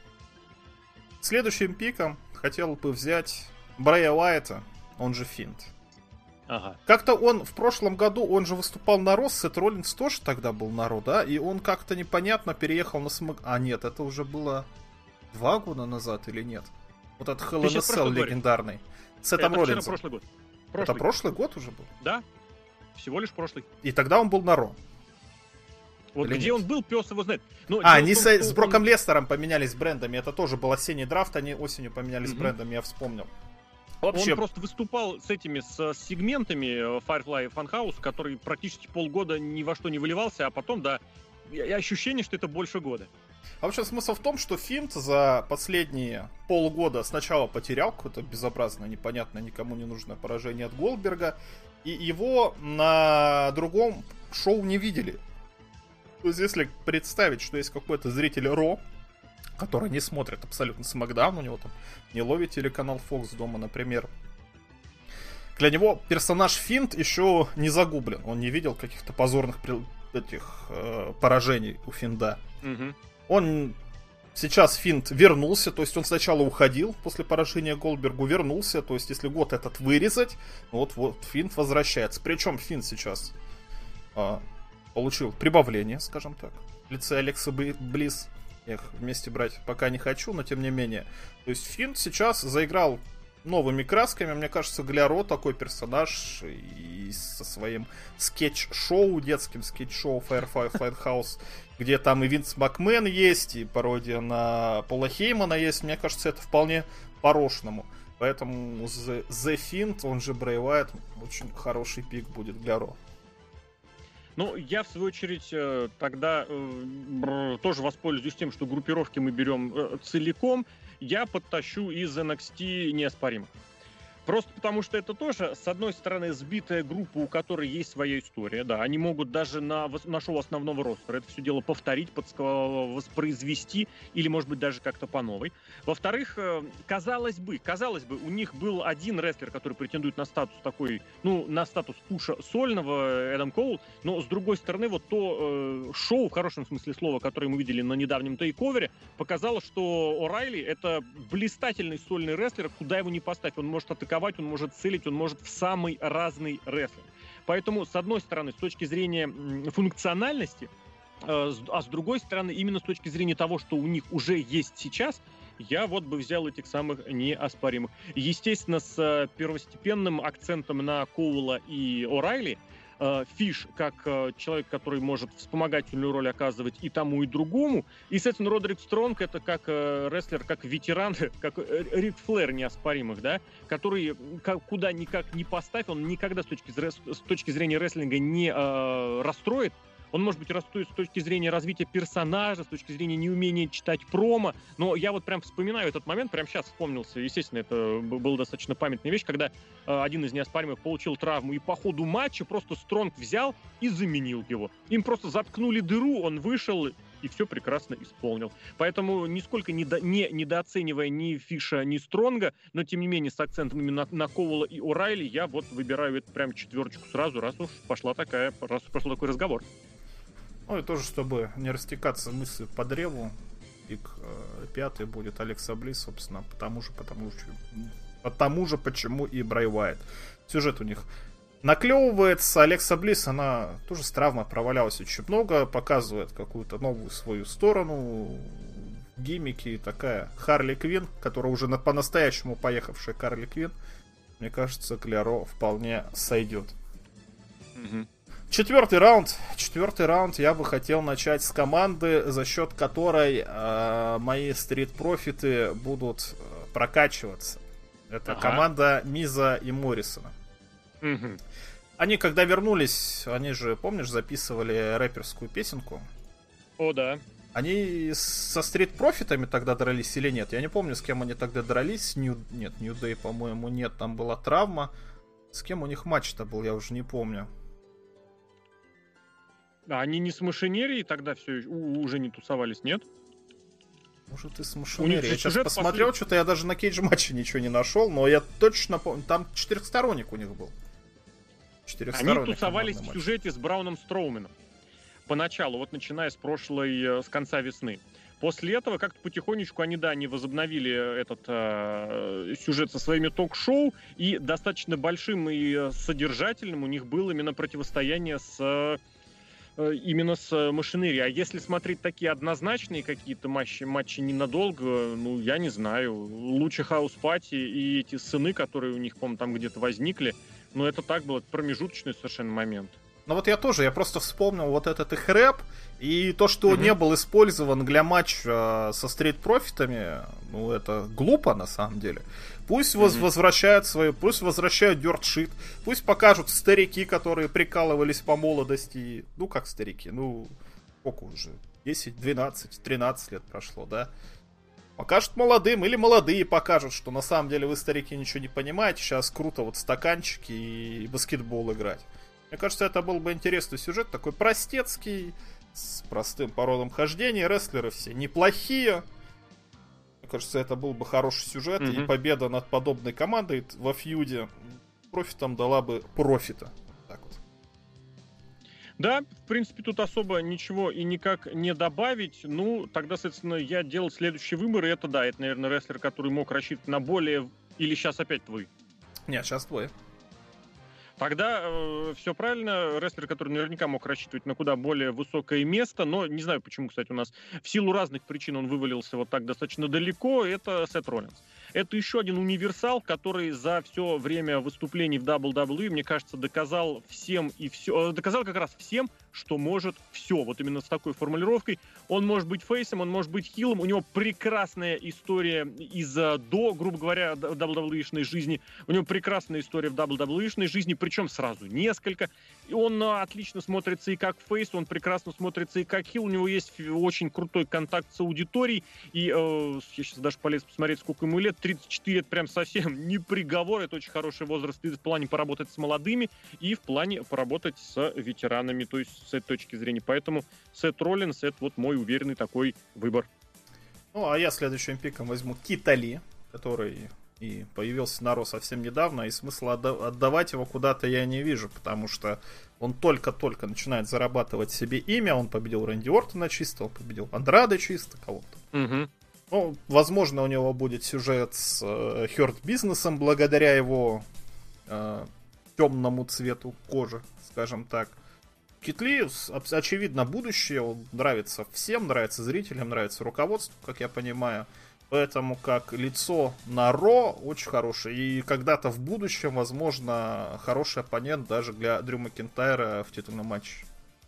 Speaker 2: Следующим пиком хотел бы взять Брэя Уайта, он же Финт.
Speaker 1: Ага.
Speaker 2: Как-то он в прошлом году, он же выступал на Ро, Сет Роллинс тоже тогда был на Ро, да? И он как-то непонятно переехал на Смэк... А нет, это уже было два года назад или нет? Вот этот Hell in a Cell легендарный. С Сетом Роллинсом. Это
Speaker 1: прошлый год.
Speaker 2: Прошлый. Это прошлый год уже был?
Speaker 1: Да, всего лишь прошлый.
Speaker 2: И тогда он был на Ро.
Speaker 1: Вот или где нет? Он был, пес его знает. Но
Speaker 2: а, они том, с, с Броком он... Лестером поменялись брендами. Это тоже был осенний драфт, они осенью поменялись mm-hmm. брендами, я вспомнил.
Speaker 1: Вообще... Он просто выступал с этими с сегментами Firefly Funhouse, который практически полгода ни во что не выливался, а потом, да, и ощущение, что это больше года.
Speaker 2: А вообще смысл в том, что Финт за последние полгода сначала потерял какое-то безобразное, непонятное, никому не нужное поражение от Голдберга, и его на другом шоу не видели. То есть, если представить, что есть какой-то зритель Ро, который не смотрит абсолютно Смакдаун, у него там не ловит телеканал Fox дома, например, для него персонаж Финт еще не загублен. Он не видел каких-то позорных этих э, поражений у Финда. Угу. Он сейчас Финт вернулся, то есть он сначала уходил после поражения Голдбергу, вернулся, то есть если год этот вырезать, вот, вот Финт возвращается. Причем Финт сейчас э, получил прибавление, скажем так, в лице Алекса Блисс. Я их вместе брать пока не хочу, но тем не менее. То есть Финт сейчас заиграл новыми красками. Мне кажется, для Ро такой персонаж и со своим скетч-шоу, детским скетч-шоу Firefly Funhouse, где там и Винс Макмен есть, и пародия на Пола Хеймана есть. Мне кажется, это вполне по-рошному. Поэтому The, The Fiend, он же Брэй Уайт, очень хороший пик будет для Ро.
Speaker 1: Ну, я, в свою очередь, тогда э, тоже воспользуюсь тем, что группировки мы берем э, целиком. Я подтащу из эн экс ти неоспоримых. Просто потому, что это тоже, с одной стороны, сбитая группа, у которой есть своя история. Да, они могут даже на, на шоу основного ростера это все дело повторить, воспроизвести или, может быть, даже как-то по новой. Во-вторых, казалось бы, казалось бы, у них был один рестлер, который претендует на статус такой, ну, на статус пуша сольного, Эдам Коул, но, с другой стороны, вот то э, шоу, в хорошем смысле слова, которое мы видели на недавнем тейковере, показало, что О'Райли — это блистательный сольный рестлер, куда его ни поставь, он может атаковать, он может целить, он может в самый разный рестлинг. Поэтому, с одной стороны, с точки зрения функциональности, э, а с другой стороны, именно с точки зрения того, что у них уже есть сейчас, я вот бы взял этих самых неоспоримых. Естественно, с э, первостепенным акцентом на Коула и О'Райли. Фиш, как э, человек, который может вспомогательную роль оказывать и тому, и другому. И, соответственно, Родерик Стронг — это как э, рестлер, как ветеран, как э, Рик Флэр неоспоримых, да, который как, куда никак не поставь, он никогда с точки, с точки зрения рестлинга не э, расстроит. Он, может быть, расстроит с точки зрения развития персонажа, с точки зрения неумения читать промо, но я вот прям вспоминаю этот момент, прям сейчас вспомнился. Естественно, это была достаточно памятная вещь, когда э, один из неоспоримых получил травму, и по ходу матча просто Стронг взял и заменил его. Им просто заткнули дыру, он вышел и все прекрасно исполнил. Поэтому, нисколько недо, не недооценивая ни Фиша, ни Стронга, но, тем не менее, с акцентом именно на, на Коула и О'Райли, я вот выбираю эту прям четверочку сразу, раз уж пошла такая, раз уж пошел такой разговор.
Speaker 2: Ну и тоже, чтобы не растекаться мысли по древу, пик э, пятый будет Алекса Блисс, собственно, потому же, потому же, потому же, почему и Брэй Уайт. Сюжет у них наклевывается. Алекса Блисс, она тоже с травмой провалялась очень много, показывает какую-то новую свою сторону, гиммики, такая Харли Квинн, которая уже на, по-настоящему поехавшая Харли Квинн, мне кажется, Кляро вполне сойдет. Mm-hmm. Четвертый раунд. Четвертый раунд я бы хотел начать с команды, за счет которой э, мои стрит-профиты будут э, прокачиваться. Это ага. команда Миза и Моррисона. Угу. Они, когда вернулись, они же, помнишь, записывали рэперскую песенку?
Speaker 1: О, да.
Speaker 2: Они со стрит-профитами тогда дрались или нет? Я не помню, с кем они тогда дрались. Нью... Нет, New Day, по-моему, нет. Там была травма. С кем у них матч-то был, я уже не помню.
Speaker 1: А они не с машинерией тогда все уже не тусовались, нет?
Speaker 2: Может, и с машинерией. Я сейчас посмотрел,
Speaker 1: послед...
Speaker 2: что-то я даже на кейдж-матче ничего не нашел, но я точно помню. Там четырехсторонник у них был.
Speaker 1: Они тусовались в сюжете с Брауном Строуменом. Поначалу, вот начиная с прошлой, с конца весны. После этого как-то потихонечку они, да, не возобновили этот э, сюжет со своими ток-шоу, и достаточно большим и содержательным у них было именно противостояние с э, именно с машинерией. А если смотреть такие однозначные какие-то матчи, матчи ненадолго, ну, я не знаю. Лучше хаус-пати и эти сыны, которые у них, по-моему, там где-то возникли, ну, это так было, промежуточный совершенно момент.
Speaker 2: Ну вот я тоже, я просто вспомнил вот этот их рэп, и то, что mm-hmm. не был использован для матча со стрит-профитами, ну это глупо на самом деле. Пусть mm-hmm. возвращают свои, пусть возвращают дёрт-шит, пусть покажут старики, которые прикалывались по молодости, ну как старики, ну сколько уже, десять, двенадцать, тринадцать лет прошло, да? Покажут молодым, или молодые покажут, что на самом деле вы, старики, ничего не понимаете, сейчас круто вот стаканчики и баскетбол играть. Мне кажется, это был бы интересный сюжет, такой простецкий, с простым породом хождения. Рестлеры все неплохие. Мне кажется, это был бы хороший сюжет, mm-hmm. и победа над подобной командой во фьюде профитом дала бы профита. Так вот.
Speaker 1: Да, в принципе, тут особо ничего и никак не добавить. Ну, тогда, соответственно, я делал следующий выбор, и это, да, это, наверное, рестлер, который мог рассчитывать на более... Или сейчас опять твой?
Speaker 2: Нет, сейчас твой.
Speaker 1: Тогда э, все правильно. Рестлер, который наверняка мог рассчитывать на куда более высокое место, но не знаю, почему, кстати, у нас в силу разных причин он вывалился вот так достаточно далеко, это Сет Роллинс. Это еще один универсал, который за все время выступлений в дабл ю дабл ю и, мне кажется, доказал всем и все, доказал как раз всем, что может все. Вот именно с такой формулировкой. Он может быть фейсом, он может быть хилом, у него прекрасная история из до, грубо говоря, дабл ю дабл ю и-шной жизни. У него прекрасная история в дабл ю дабл ю и-шной жизни, причем сразу несколько. И он отлично смотрится и как фейс, он прекрасно смотрится и как хил. У него есть очень крутой контакт с аудиторией. И э, я сейчас даже полез посмотреть, сколько ему лет. тридцать четыре это прям совсем не приговор. Это очень хороший возраст и в плане поработать с молодыми, и в плане поработать с ветеранами. То есть с этой точки зрения. Поэтому Сет Роллинс — это вот мой уверенный такой выбор.
Speaker 2: Ну, а я следующим пиком возьму Кита Ли, который и появился на Ро совсем недавно, и смысла отда- отдавать его куда-то я не вижу, потому что он только-только начинает зарабатывать себе имя. Он победил Рэнди Ортона чисто, он победил Андрада чисто, кого-то.
Speaker 1: Угу.
Speaker 2: Ну, возможно, у него будет сюжет с э, Hurt Business'ом благодаря его э, темному цвету кожи, скажем так. Кит Ли, очевидно, будущее. Он нравится всем, нравится зрителям, нравится руководству, как я понимаю. Поэтому как лицо на Ро очень хорошее. И когда-то в будущем, возможно, хороший оппонент даже для Дрю Макинтайра в титульном матче.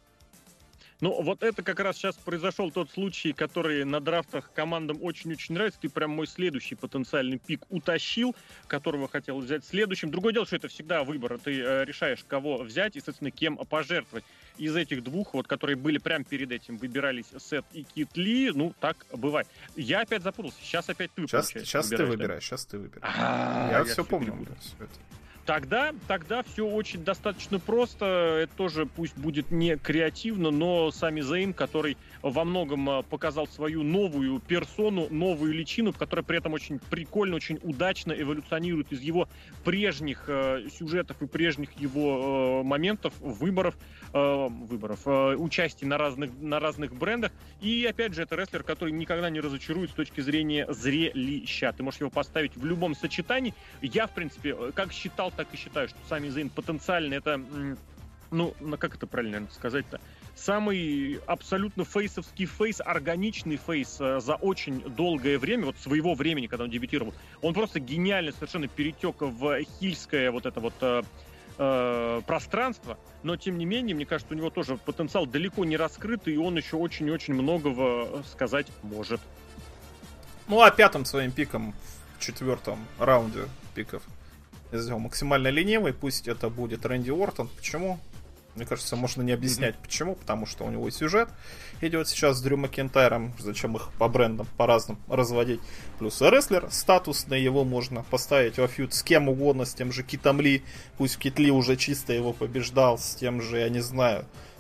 Speaker 1: Ну, вот это как раз сейчас произошел тот случай, который на драфтах командам очень-очень нравится. Ты прям мой следующий потенциальный пик утащил, которого хотел взять следующим. Другое дело, что это всегда выбор. Ты э, решаешь, кого взять и, соответственно, кем пожертвовать. Из этих двух, вот, которые были прям перед этим, выбирались Сет и Кит Ли. Ну, так бывает. Я опять запутался. Сейчас опять ты
Speaker 2: Сейчас, сейчас ты выбираешь, да? Сейчас ты выбираешь.
Speaker 1: А-а-а,
Speaker 2: я,
Speaker 1: я
Speaker 2: все помню.
Speaker 1: Тогда, тогда все очень достаточно просто. Это тоже пусть будет не креативно, но Сами Зейн, который во многом показал свою новую персону, новую личину, которая при этом очень прикольно, очень удачно эволюционирует из его прежних э, сюжетов и прежних его э, моментов, выборов, э, выборов, э, участий на разных, на разных брендах. И опять же, это рестлер, который никогда не разочарует с точки зрения зрелища. Ты можешь его поставить в любом сочетании. Я, в принципе, как считал, так и считаю, что Сами Зейн потенциально это, ну, как это правильно сказать-то, самый абсолютно фейсовский фейс, органичный фейс за очень долгое время, вот своего времени, когда он дебютировал. Он просто гениально совершенно перетек в хильское вот это вот э, э, пространство, но тем не менее, мне кажется, у него тоже потенциал далеко не раскрытый, и он еще очень-очень многого сказать может.
Speaker 2: Ну, а пятым своим пиком в четвертом раунде пиков Я сделал максимально ленивый. Пусть это будет Рэнди Ортон. Почему? Мне кажется, можно не объяснять, mm-hmm. почему. Потому что у него и сюжет идет сейчас с Дрю Макентайром. Зачем их по брендам по-разному разводить. Плюс рестлер статусный. Его можно поставить во фьюд с кем угодно. С тем же Китом Ли. Пусть Кит Ли уже чисто его побеждал. С тем же, я не знаю,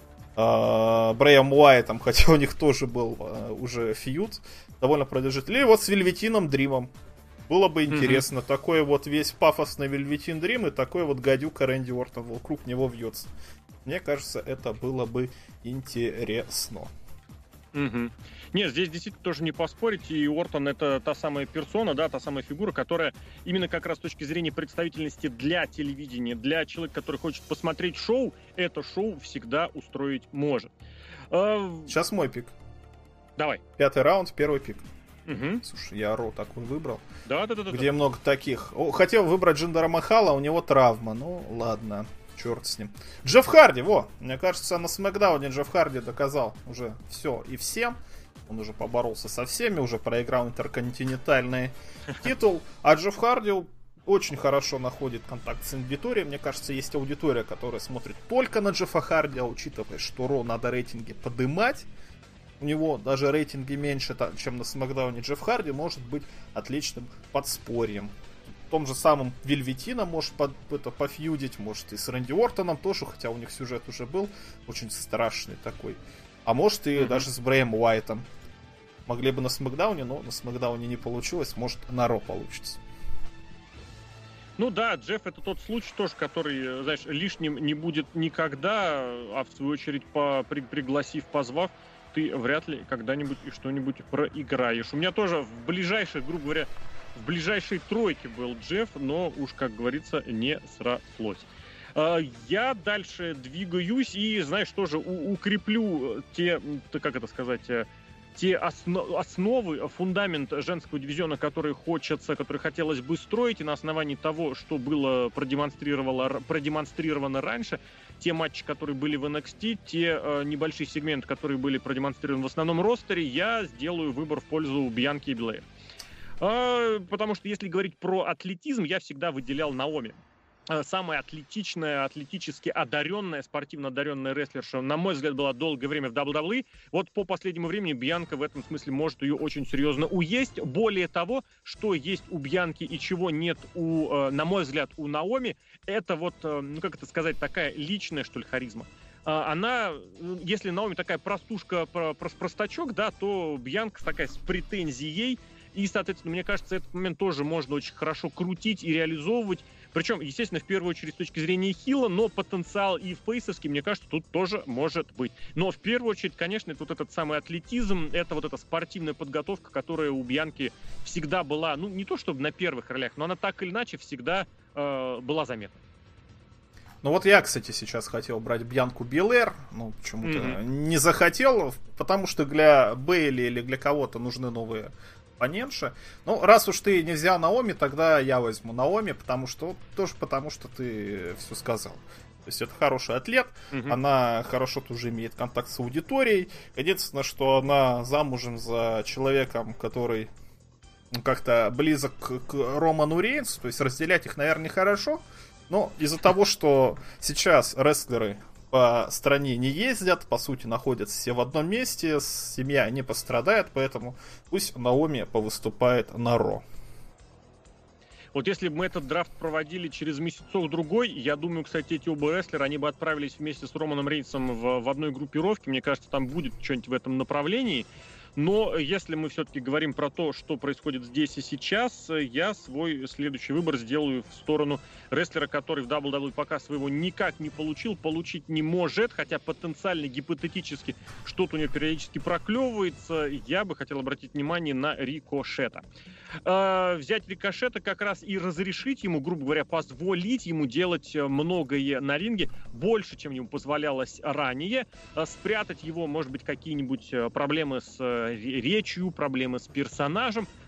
Speaker 2: Брэем Уайтом. Хотя у них тоже был уже фьюд. Довольно продолжительный. Или вот с Вельветином Дримом. Было бы интересно. Mm-hmm. Такой вот весь пафосный Вельветин Дрим и такой вот гадюка Рэнди Ортон вокруг него вьется. Мне кажется, это было бы интересно.
Speaker 1: Угу. Нет, здесь действительно тоже не поспорить. И Ортон — это та самая персона, да, та самая фигура, которая именно как раз с точки зрения представительности для телевидения, для человека, который хочет посмотреть шоу, это шоу всегда устроить может.
Speaker 2: Сейчас мой пик.
Speaker 1: Давай.
Speaker 2: Пятый раунд, первый пик.
Speaker 1: Угу.
Speaker 2: Слушай, я Ро такой выбрал.
Speaker 1: Да, да, да, да.
Speaker 2: Где
Speaker 1: да.
Speaker 2: много таких. О, хотел выбрать Джиндера Махала, у него травма. Ну, ладно. Черт с ним. Джефф Харди, во! Мне кажется, на Смэкдауне Джефф Харди доказал уже все и всем. Он уже поборолся со всеми, уже проиграл интерконтинентальный титул. А Джефф Харди очень хорошо находит контакт с аудиторией. Мне кажется, есть аудитория, которая смотрит только на Джеффа Харди, а учитывая, что Ро надо рейтинги подымать, у него даже рейтинги меньше, чем на Смэкдауне, Джефф Харди может быть отличным подспорьем. В том же самом Вельветина может под, это, пофьюдить, может и с Рэнди Ортоном тоже, хотя у них сюжет уже был очень страшный такой. А может и mm-hmm. даже с Брэем Уайтом. Могли бы на Смэкдауне, но на Смэкдауне не получилось, может на Ро получится.
Speaker 1: Ну да, Джефф — это тот случай тоже, который, знаешь, лишним не будет никогда, а в свою очередь, по, при, пригласив, позвав, ты вряд ли когда-нибудь и что-нибудь проиграешь. У меня тоже в ближайших, грубо говоря, в ближайшей тройке был Джефф, но уж, как говорится, не срослось. Я дальше двигаюсь и, знаешь, тоже укреплю те, как это сказать, те основ, основы, фундамент женского дивизиона, который хочется, который хотелось бы строить, и на основании того, что было продемонстрировано, продемонстрировано раньше, те матчи, которые были в эн экс ти, те э, небольшие сегменты, которые были продемонстрированы в основном ростере, я сделаю выбор в пользу Бьянки и Белэйр. А, потому что если говорить про атлетизм, я всегда выделял Наоми. Самая атлетичная, атлетически одаренная, спортивно одаренная рестлерша, на мой взгляд, была долгое время в дабл ю дабл ю и. Вот по последнему времени Бьянка в этом смысле может ее очень серьезно уесть. Более того, что есть у Бьянки и чего нет, у, на мой взгляд, у Наоми, это вот, ну как это сказать, такая личная, что ли, харизма. Она, если Наоми такая простушка, простачок, да, то Бьянка такая с претензией. И, соответственно, мне кажется, этот момент тоже можно очень хорошо крутить и реализовывать. Причем, естественно, в первую очередь с точки зрения хила, но потенциал и в фейсовский, мне кажется, тут тоже может быть. Но в первую очередь, конечно, это вот этот самый атлетизм, это вот эта спортивная подготовка, которая у Бьянки всегда была, ну, не то чтобы на первых ролях, но она так или иначе всегда э, была заметна.
Speaker 2: Ну вот я, кстати, сейчас хотел брать Бьянку Белэйр, ну почему-то mm-hmm. не захотел, потому что для Бейли или для кого-то нужны новые оппонентши. Ну, раз уж ты не взял Наоми, тогда я возьму Наоми, потому что тоже потому что ты все сказал. То есть это хороший атлет, mm-hmm. она хорошо тоже имеет контакт с аудиторией. Единственное, что она замужем за человеком, который как-то близок к Роману Рейнсу, то есть разделять их, наверное, нехорошо. Но из-за того, что сейчас рестлеры по стране не ездят, по сути, находятся все в одном месте, семья не пострадает, поэтому пусть Наоми повыступает на Ро.
Speaker 1: Вот если бы мы этот драфт проводили через месяцок-другой, я думаю, кстати, эти оба рестлера, они бы отправились вместе с Романом Рейнсом в, в одной группировке. Мне кажется, там будет что-нибудь в этом направлении. Но если мы все-таки говорим про то, что происходит здесь и сейчас, я свой следующий выбор сделаю в сторону рестлера, который в дабл ю дабл ю и пока своего никак не получил, получить не может, хотя потенциально, гипотетически, что-то у него периодически проклевывается. Я бы хотел обратить внимание на Рикошета. Э, взять Рикошета как раз и разрешить ему, грубо говоря, позволить ему делать многое на ринге, больше, чем ему позволялось ранее, э, спрятать его, может быть, какие-нибудь проблемы с речью, проблемы с персонажем,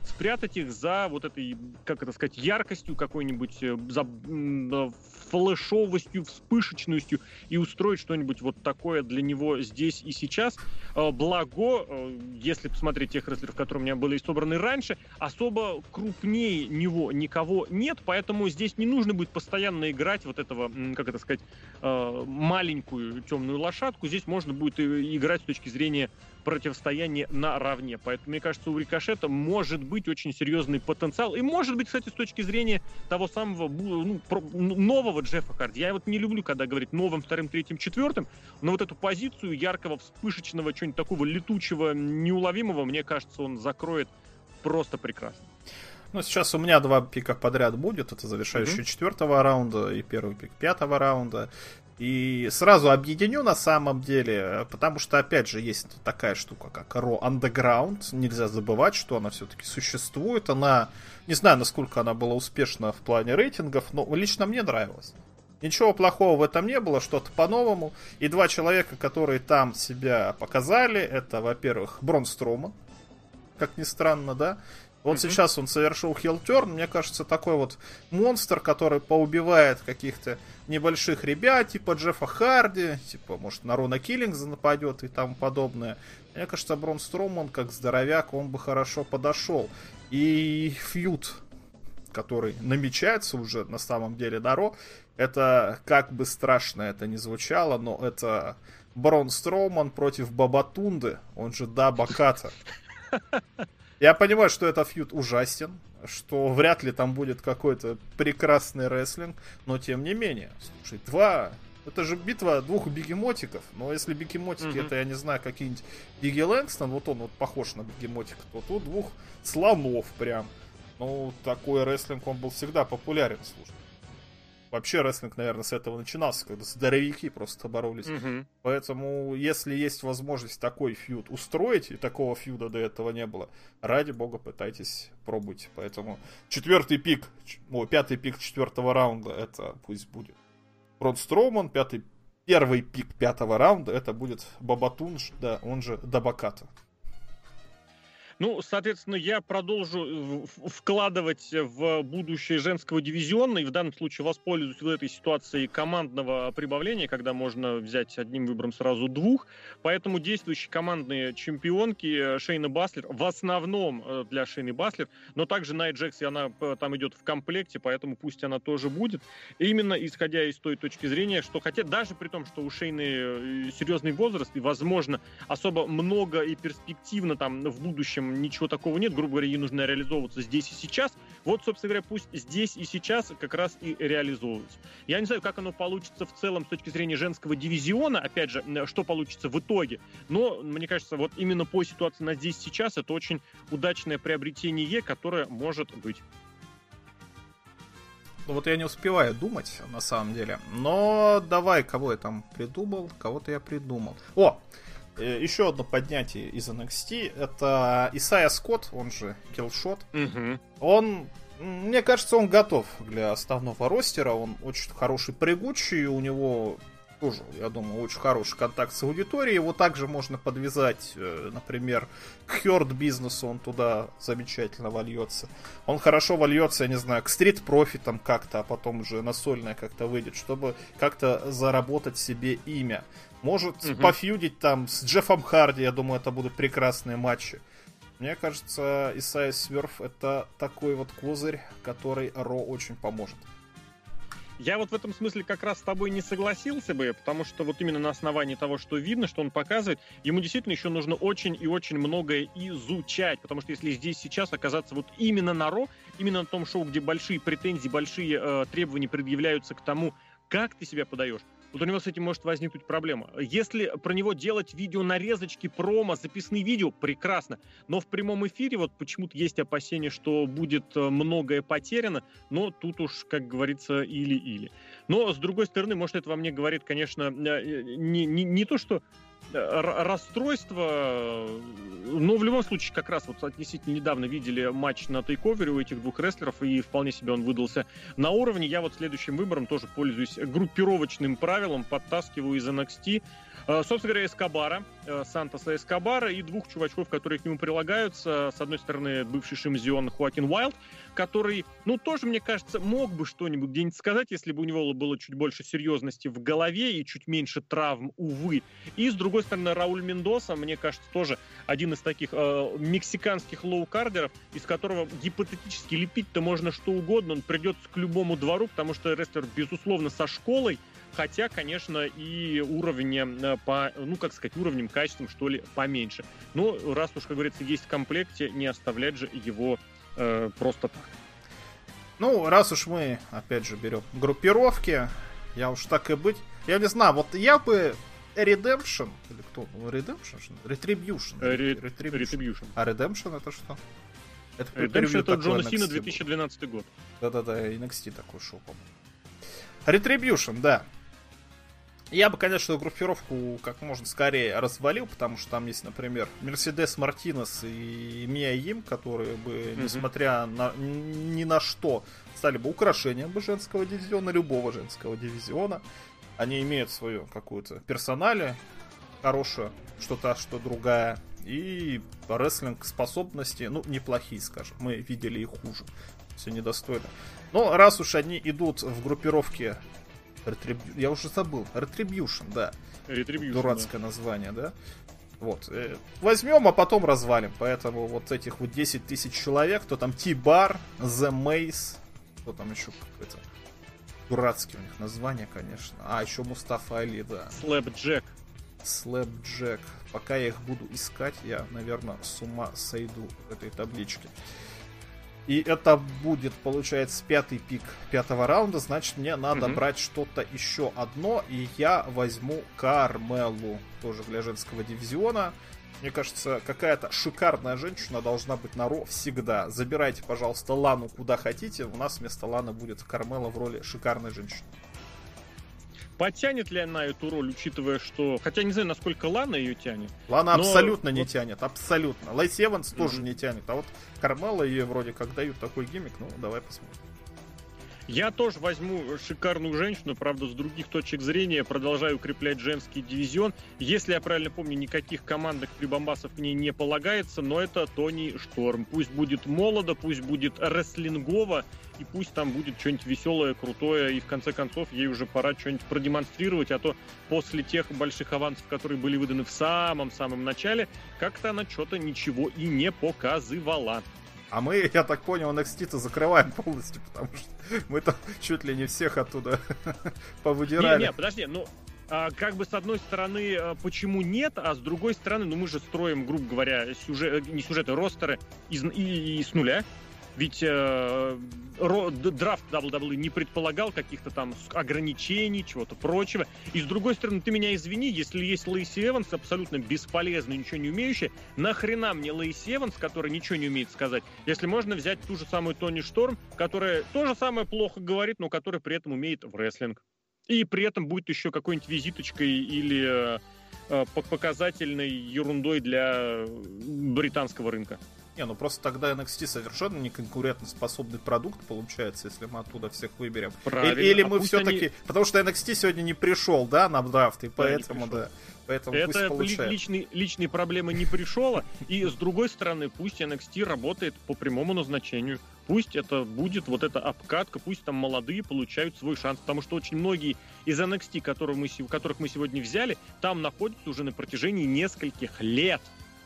Speaker 1: спрятать их за вот этой, как это сказать, яркостью какой-нибудь, за флешовостью, вспышечностью и устроить что-нибудь вот такое для него здесь и сейчас. Благо, если посмотреть тех рестлеров, которые у меня были собраны раньше, особо крупнее него никого нет, поэтому здесь не нужно будет постоянно играть вот этого, как это сказать, маленькую темную лошадку. Здесь можно будет играть с точки зрения противостояние наравне. Поэтому, мне кажется, у Рикошета может быть очень серьезный потенциал. И может быть, кстати, с точки зрения того самого ну, про, нового Джеффа Харди. Я вот не люблю, когда говорить новым, вторым, третьим, четвертым, но вот эту позицию яркого, вспышечного, чего-нибудь такого летучего, неуловимого, мне кажется, он закроет просто прекрасно.
Speaker 2: Ну, сейчас у меня два пика подряд будет. Это завершающий mm-hmm. четвертого раунда и первый пик пятого раунда. И сразу объединю на самом деле, потому что, опять же, есть такая штука, как Raw Underground. Нельзя забывать, что она все-таки существует. Она, не знаю, насколько она была успешна в плане рейтингов, но лично мне нравилась. Ничего плохого в этом не было, что-то по-новому. И два человека, которые там себя показали, это, во-первых, Брон Строуман, как ни странно, да. Вот mm-hmm. сейчас он совершил хилтерн, мне кажется, такой вот монстр, который поубивает каких-то небольших ребят, типа Джеффа Харди, типа, может, на Рона Киллингса нападет и тому подобное. Мне кажется, Брон Строуман, как здоровяк, он бы хорошо подошел. И фьюд, который намечается уже на самом деле на Ро, это, как бы страшно это ни звучало, но это Брон Строуман против Бабатунды, он же Дабаката. Я понимаю, что этот фьюд ужасен, что вряд ли там будет какой-то прекрасный рестлинг, но тем не менее. Слушай, два... Это же битва двух бегемотиков. Но если бегемотики, mm-hmm. это, я не знаю, какие-нибудь Бигги Лэнгстон, вот он вот похож на бегемотика, то тут двух слонов прям. Ну, такой рестлинг, он был всегда популярен, слушай. Вообще рестлинг, наверное, с этого начинался, когда здоровяки просто боролись. Mm-hmm. Поэтому, если есть возможность такой фьюд устроить, и такого фьюда до этого не было, ради бога, пытайтесь, пробуйте. Поэтому четвертый пик, о, пятый пик четвертого раунда, это пусть будет Брон Строуман, пятый, первый пик пятого раунда, это будет Бабатунж, да, он же Дабаката.
Speaker 1: Ну, соответственно, я продолжу вкладывать в будущее женского дивизиона, и в данном случае воспользуюсь в этой ситуации командного прибавления, когда можно взять одним выбором сразу двух. Поэтому действующие командные чемпионки Шейна Баслер, в основном для Шейны Баслер, но также Найя Джекс, и она там идет в комплекте, поэтому пусть она тоже будет. И именно исходя из той точки зрения, что хотя даже при том, что у Шейны серьезный возраст, и, возможно, особо много и перспективно там в будущем ничего такого нет, грубо говоря, ей нужно реализовываться здесь и сейчас. Вот, собственно говоря, пусть здесь и сейчас как раз и реализовывается. Я не знаю, как оно получится в целом с точки зрения женского дивизиона, опять же, что получится в итоге, но, мне кажется, вот именно по ситуации на здесь сейчас это очень удачное приобретение, которое может быть.
Speaker 2: Ну вот я не успеваю думать, на самом деле, но давай, кого я там придумал, кого-то я придумал. О! Еще одно поднятие из эн экс ти, это Исайя Скотт, он же Killshot.
Speaker 1: Угу.
Speaker 2: Он, мне кажется, он готов для основного ростера, он очень хороший прыгучий, у него тоже, я думаю, очень хороший контакт с аудиторией, его также можно подвязать, например, к Hurt бизнесу, он туда замечательно вольется. Он хорошо вольется, я не знаю, к стрит-профитам как-то, а потом уже на сольное как-то выйдет, чтобы как-то заработать себе имя. Может угу. пофьюдить там с Джеффом Харди, я думаю, это будут прекрасные матчи. Мне кажется, Исайя Сверф это такой вот козырь, который Ро очень поможет.
Speaker 1: Я вот в этом смысле как раз с тобой не согласился бы, потому что вот именно на основании того, что видно, что он показывает, ему действительно еще нужно очень и очень многое изучать, потому что если здесь сейчас оказаться вот именно на Ро, именно на том шоу, где большие претензии, большие э, требования предъявляются к тому, как ты себя подаешь, вот у него с этим может возникнуть проблема. Если про него делать видео-нарезочки, промо, записные видео, прекрасно. Но в прямом эфире вот почему-то есть опасения, что будет многое потеряно, но тут уж, как говорится, или-или. Но, с другой стороны, может, это во мне говорит, конечно, не, не, не то, что расстройство, но в любом случае как раз вот относительно недавно видели матч на тейковере у этих двух рестлеров, и вполне себе он выдался на уровне. Я вот следующим выбором тоже пользуюсь группировочным правилом, подтаскиваю из эн экс ти Собственно говоря, Эскобара, Сантоса Эскобара и двух чувачков, которые к нему прилагаются. С одной стороны, бывший Шимзион Хоакин Уайлд, который, ну, тоже, мне кажется, мог бы что-нибудь где-нибудь сказать, если бы у него было чуть больше серьезности в голове и чуть меньше травм, увы. И, с другой стороны, Рауль Мендоса, мне кажется, тоже один из таких э, мексиканских лоукардеров, из которого гипотетически лепить-то можно что угодно, он придется к любому двору, потому что рестлер, безусловно, со школой, хотя, конечно, и уровень по, ну, как сказать, уровнем, качеством, что ли, поменьше. Но раз уж, как говорится, есть в комплекте, не оставлять же его э, просто так.
Speaker 2: Ну, раз уж мы, опять же, берем группировки, я уж так и быть... Я не знаю, вот я бы Redemption, или кто? Redemption? Retribution.
Speaker 1: Re- Retribution. Retribution.
Speaker 2: А Redemption это что?
Speaker 1: Это Redemption это Джона Сина две тысячи двенадцатый год.
Speaker 2: Да-да-да, эн экс ти такой шоу, по-моему. Retribution, да. Я бы, конечно, группировку как можно скорее развалил, потому что там есть, например, Мерседес Мартинес и Мия Йим, которые бы, mm-hmm. несмотря на ни на что, стали бы украшением бы женского дивизиона, любого женского дивизиона. Они имеют свою какую-то персоналию хорошую, что-то, что другая, и рестлинг способности, ну, неплохие, скажем. Мы видели и хуже. Все недостойно. Но раз уж они идут в группировке Retribu... Я уже забыл. Retribution, да.
Speaker 1: Retribution,
Speaker 2: дурацкое
Speaker 1: да.
Speaker 2: название, да. Вот. Возьмем, а потом развалим. Поэтому вот этих вот десять тысяч человек, кто там T-Bar, The Mace, кто там еще какой-то дурацкие у них названия, конечно. А, еще Мустафа Али, да.
Speaker 1: Slapjack.
Speaker 2: Slapjack. Пока я их буду искать, я, наверное, с ума сойду в этой табличке. И это будет, получается, пятый пик пятого раунда. Значит, мне надо mm-hmm. брать что-то еще одно. И я возьму Кармелу. Тоже для женского дивизиона. Мне кажется, какая-то шикарная женщина должна быть на Ро всегда. Забирайте, пожалуйста, Лану куда хотите. У нас вместо Ланы будет Кармела в роли шикарной женщины.
Speaker 1: Потянет ли она эту роль, учитывая, что... Хотя не знаю, насколько Лана ее тянет.
Speaker 2: Лана
Speaker 1: но...
Speaker 2: абсолютно не
Speaker 1: вот...
Speaker 2: тянет, абсолютно. Лейси Эванс mm-hmm. тоже не тянет. А вот Кармела ее вроде как дают такой гиммик. Ну, давай посмотрим.
Speaker 1: Я тоже возьму шикарную женщину, правда, с других точек зрения. Продолжаю укреплять женский дивизион. Если я правильно помню, никаких командных прибамбасов к ней не полагается, но это Тони Шторм. Пусть будет молодо, пусть будет рестлингово, и пусть там будет что-нибудь веселое, крутое, и в конце концов ей уже пора что-нибудь продемонстрировать, а то после тех больших авансов, которые были выданы в самом-самом начале, как-то она что-то ничего и не показывала.
Speaker 2: А мы, я так понял, эн экс ти-то закрываем полностью, потому что мы там чуть ли не всех оттуда повыдирали.
Speaker 1: Не, не, подожди, ну, а, как бы с одной стороны, а, почему нет, а с другой стороны, ну, мы же строим, грубо говоря, сюжет, не сюжеты, ростеры из, и, и с нуля. Ведь э, ро, драфт дабл ю дабл ю и не предполагал каких-то там ограничений, чего-то прочего. И с другой стороны, ты меня извини, если есть Лейси Эванс, абсолютно бесполезный, ничего не умеющий, нахрена мне Лейси Эванс, который ничего не умеет сказать, если можно взять ту же самую Тони Шторм, которая то же самое плохо говорит, но которая при этом умеет в рестлинг. И при этом будет еще какой-нибудь визиточкой или э, показательной ерундой для британского рынка.
Speaker 2: Не, ну просто тогда эн экс ти совершенно не конкурентоспособный продукт получается, если мы оттуда всех выберем.
Speaker 1: Правильно.
Speaker 2: Или, или
Speaker 1: а
Speaker 2: мы все-таки... Они... Потому что эн экс ти сегодня не пришел, да, на драфт, и поэтому, да. Поэтому
Speaker 1: это личные, личные проблемы не пришел, и с другой стороны, пусть эн экс ти работает по прямому назначению. Пусть это будет вот эта обкатка, пусть там молодые получают свой шанс, потому что очень многие из эн экс ти, которых мы, которых мы сегодня взяли, там находятся уже на протяжении нескольких лет.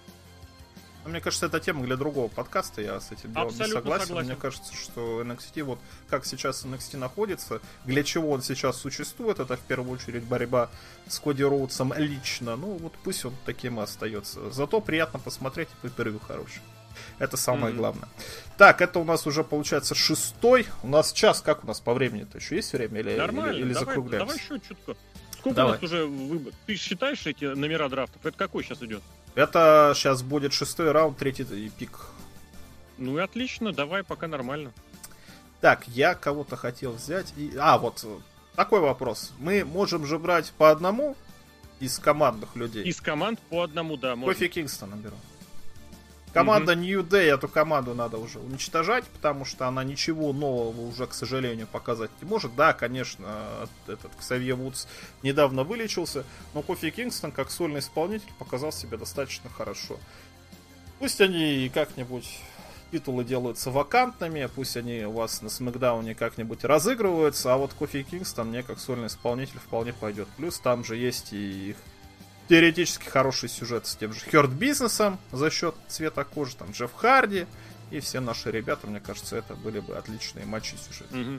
Speaker 2: Мне кажется, это тема для другого подкаста, я с этим делом
Speaker 1: Абсолютно
Speaker 2: не согласен.
Speaker 1: согласен.
Speaker 2: Мне кажется, что эн экс ти, вот как сейчас эн экс ти находится, для чего он сейчас существует, это в первую очередь борьба с Коди Роудсом лично, ну вот пусть он таким и остается. Зато приятно посмотреть, и пейпервью хороший. Это самое mm-hmm. главное. Так, это у нас уже получается шестой. У нас час, как у нас по времени-то? Еще есть время? Или,
Speaker 1: Нормально,
Speaker 2: или, или
Speaker 1: давай,
Speaker 2: закругляемся?
Speaker 1: Давай еще чутко. Сколько
Speaker 2: давай.
Speaker 1: у нас уже выбор? Ты считаешь эти номера драфтов? Это какой сейчас идет?
Speaker 2: Это сейчас будет шестой раунд, третий пик.
Speaker 1: Ну и отлично, давай, пока нормально.
Speaker 2: Так, я кого-то хотел взять. И... А, вот такой вопрос. Мы можем же брать по одному из командных людей?
Speaker 1: Из команд по одному, да. Можно.
Speaker 2: Кофи Кингстона беру. Команда mm-hmm. New Day, эту команду надо уже уничтожать, потому что она ничего нового уже, к сожалению, показать не может. Да, конечно, этот Ксавье Вудс недавно вылечился, но Кофи Кингстон, как сольный исполнитель, показал себя достаточно хорошо. Пусть они как-нибудь титулы делаются вакантными, пусть они у вас на Смэкдауне как-нибудь разыгрываются, а вот Кофи Кингстон мне как сольный исполнитель вполне пойдет. Плюс там же есть и их теоретически хороший сюжет с тем же Хёрт Бизнесом за счет цвета кожи, там Джефф Харди и все наши ребята, мне кажется, это были бы отличные матчи сюжета.
Speaker 1: Угу.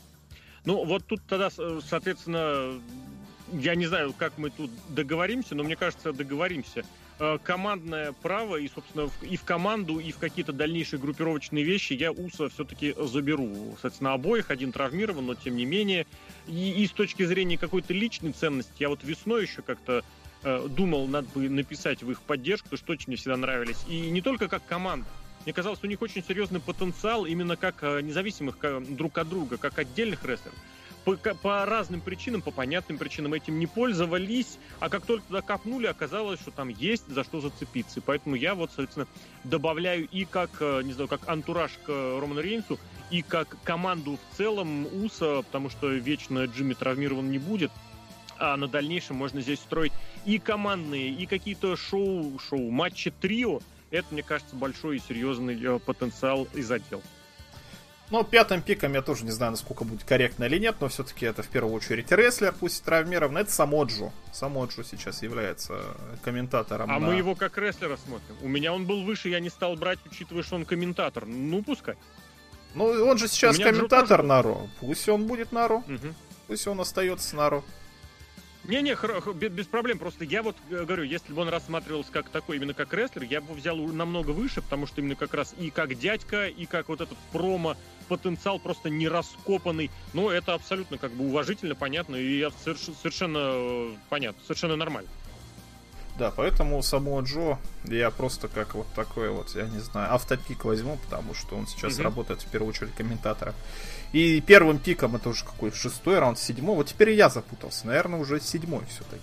Speaker 1: Ну, вот тут тогда, соответственно, я не знаю, как мы тут договоримся, но мне кажется, договоримся. Командное право, и, собственно, и в команду, и в какие-то дальнейшие группировочные вещи я Уса все-таки заберу. Соответственно, обоих, один травмирован, но тем не менее. И, и с точки зрения какой-то личной ценности, я вот весной еще как-то э, думал, надо бы написать в их поддержку, потому что очень мне всегда нравились. И не только как команда. Мне казалось, у них очень серьезный потенциал именно как независимых как, друг от друга, как отдельных рестлеров. По, по разным причинам, по понятным причинам этим не пользовались, а как только туда копнули, оказалось, что там есть за что зацепиться. И поэтому я вот, соответственно, добавляю и как, не знаю, как антураж к Роману Рейнсу, и как команду в целом Уса, потому что вечно Джимми травмирован не будет, а на дальнейшем можно здесь строить и командные, и какие-то шоу, шоу, матчи трио. Это, мне кажется, большой и серьезный потенциал и задел.
Speaker 2: Ну, пятым пиком я тоже не знаю, насколько будет корректно или нет, но все-таки это в первую очередь рестлер, пусть и травмирован. Это Самоджо. Самоджо сейчас является комментатором.
Speaker 1: А
Speaker 2: на...
Speaker 1: мы его как рестлера смотрим. У меня он был выше, я не стал брать, учитывая, что он комментатор. Ну, пускай.
Speaker 2: Ну, он же сейчас комментатор на Ро. Пусть он будет на Ро.
Speaker 1: Угу.
Speaker 2: Пусть он остается на Ро.
Speaker 1: Не-не, без проблем. Просто я вот говорю, если бы он рассматривался как такой, именно как рестлер, я бы его взял намного выше, потому что именно как раз и как дядька, и как вот этот промо потенциал просто не раскопанный. Но это абсолютно как бы уважительно, понятно, и совершенно понятно, совершенно нормально.
Speaker 2: Да, поэтому самого Джо я просто как вот такой вот, я не знаю, автопик возьму, потому что он сейчас mm-hmm. работает в первую очередь комментатором. И первым пиком это уже какой шестой раунд, седьмой. Вот теперь и я запутался. Наверное, уже седьмой все-таки.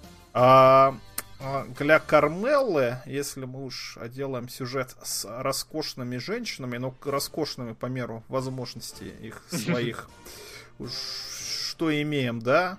Speaker 2: А, а, для Кармеллы, если мы уж делаем сюжет с роскошными женщинами, но роскошными по меру возможностей их своих, уж что имеем, да?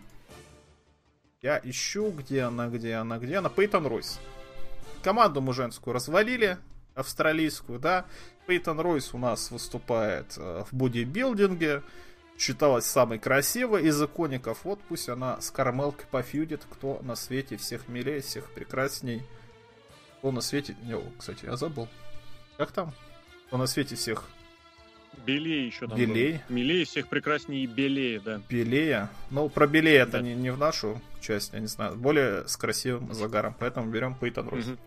Speaker 2: Я ищу, где она, где она, где она. Пейтон Ройс. Команду мы женскую развалили, австралийскую, да. Пейтон Ройс у нас выступает в бодибилдинге. Считалась самой красивой из икоников. Вот пусть она с Кармелкой пофьюдит. Кто на свете всех милее, всех прекрасней. Кто на свете... О, кстати, я забыл. Как там? Кто на свете всех...
Speaker 1: Белее еще там.
Speaker 2: Белее.
Speaker 1: Был. Милее всех прекраснее и белее, да.
Speaker 2: Белее. Ну, про белее
Speaker 1: да.
Speaker 2: это не, не в нашу часть, я не знаю. Более с красивым загаром. Поэтому берем Пейтон Ройс.
Speaker 1: Угу.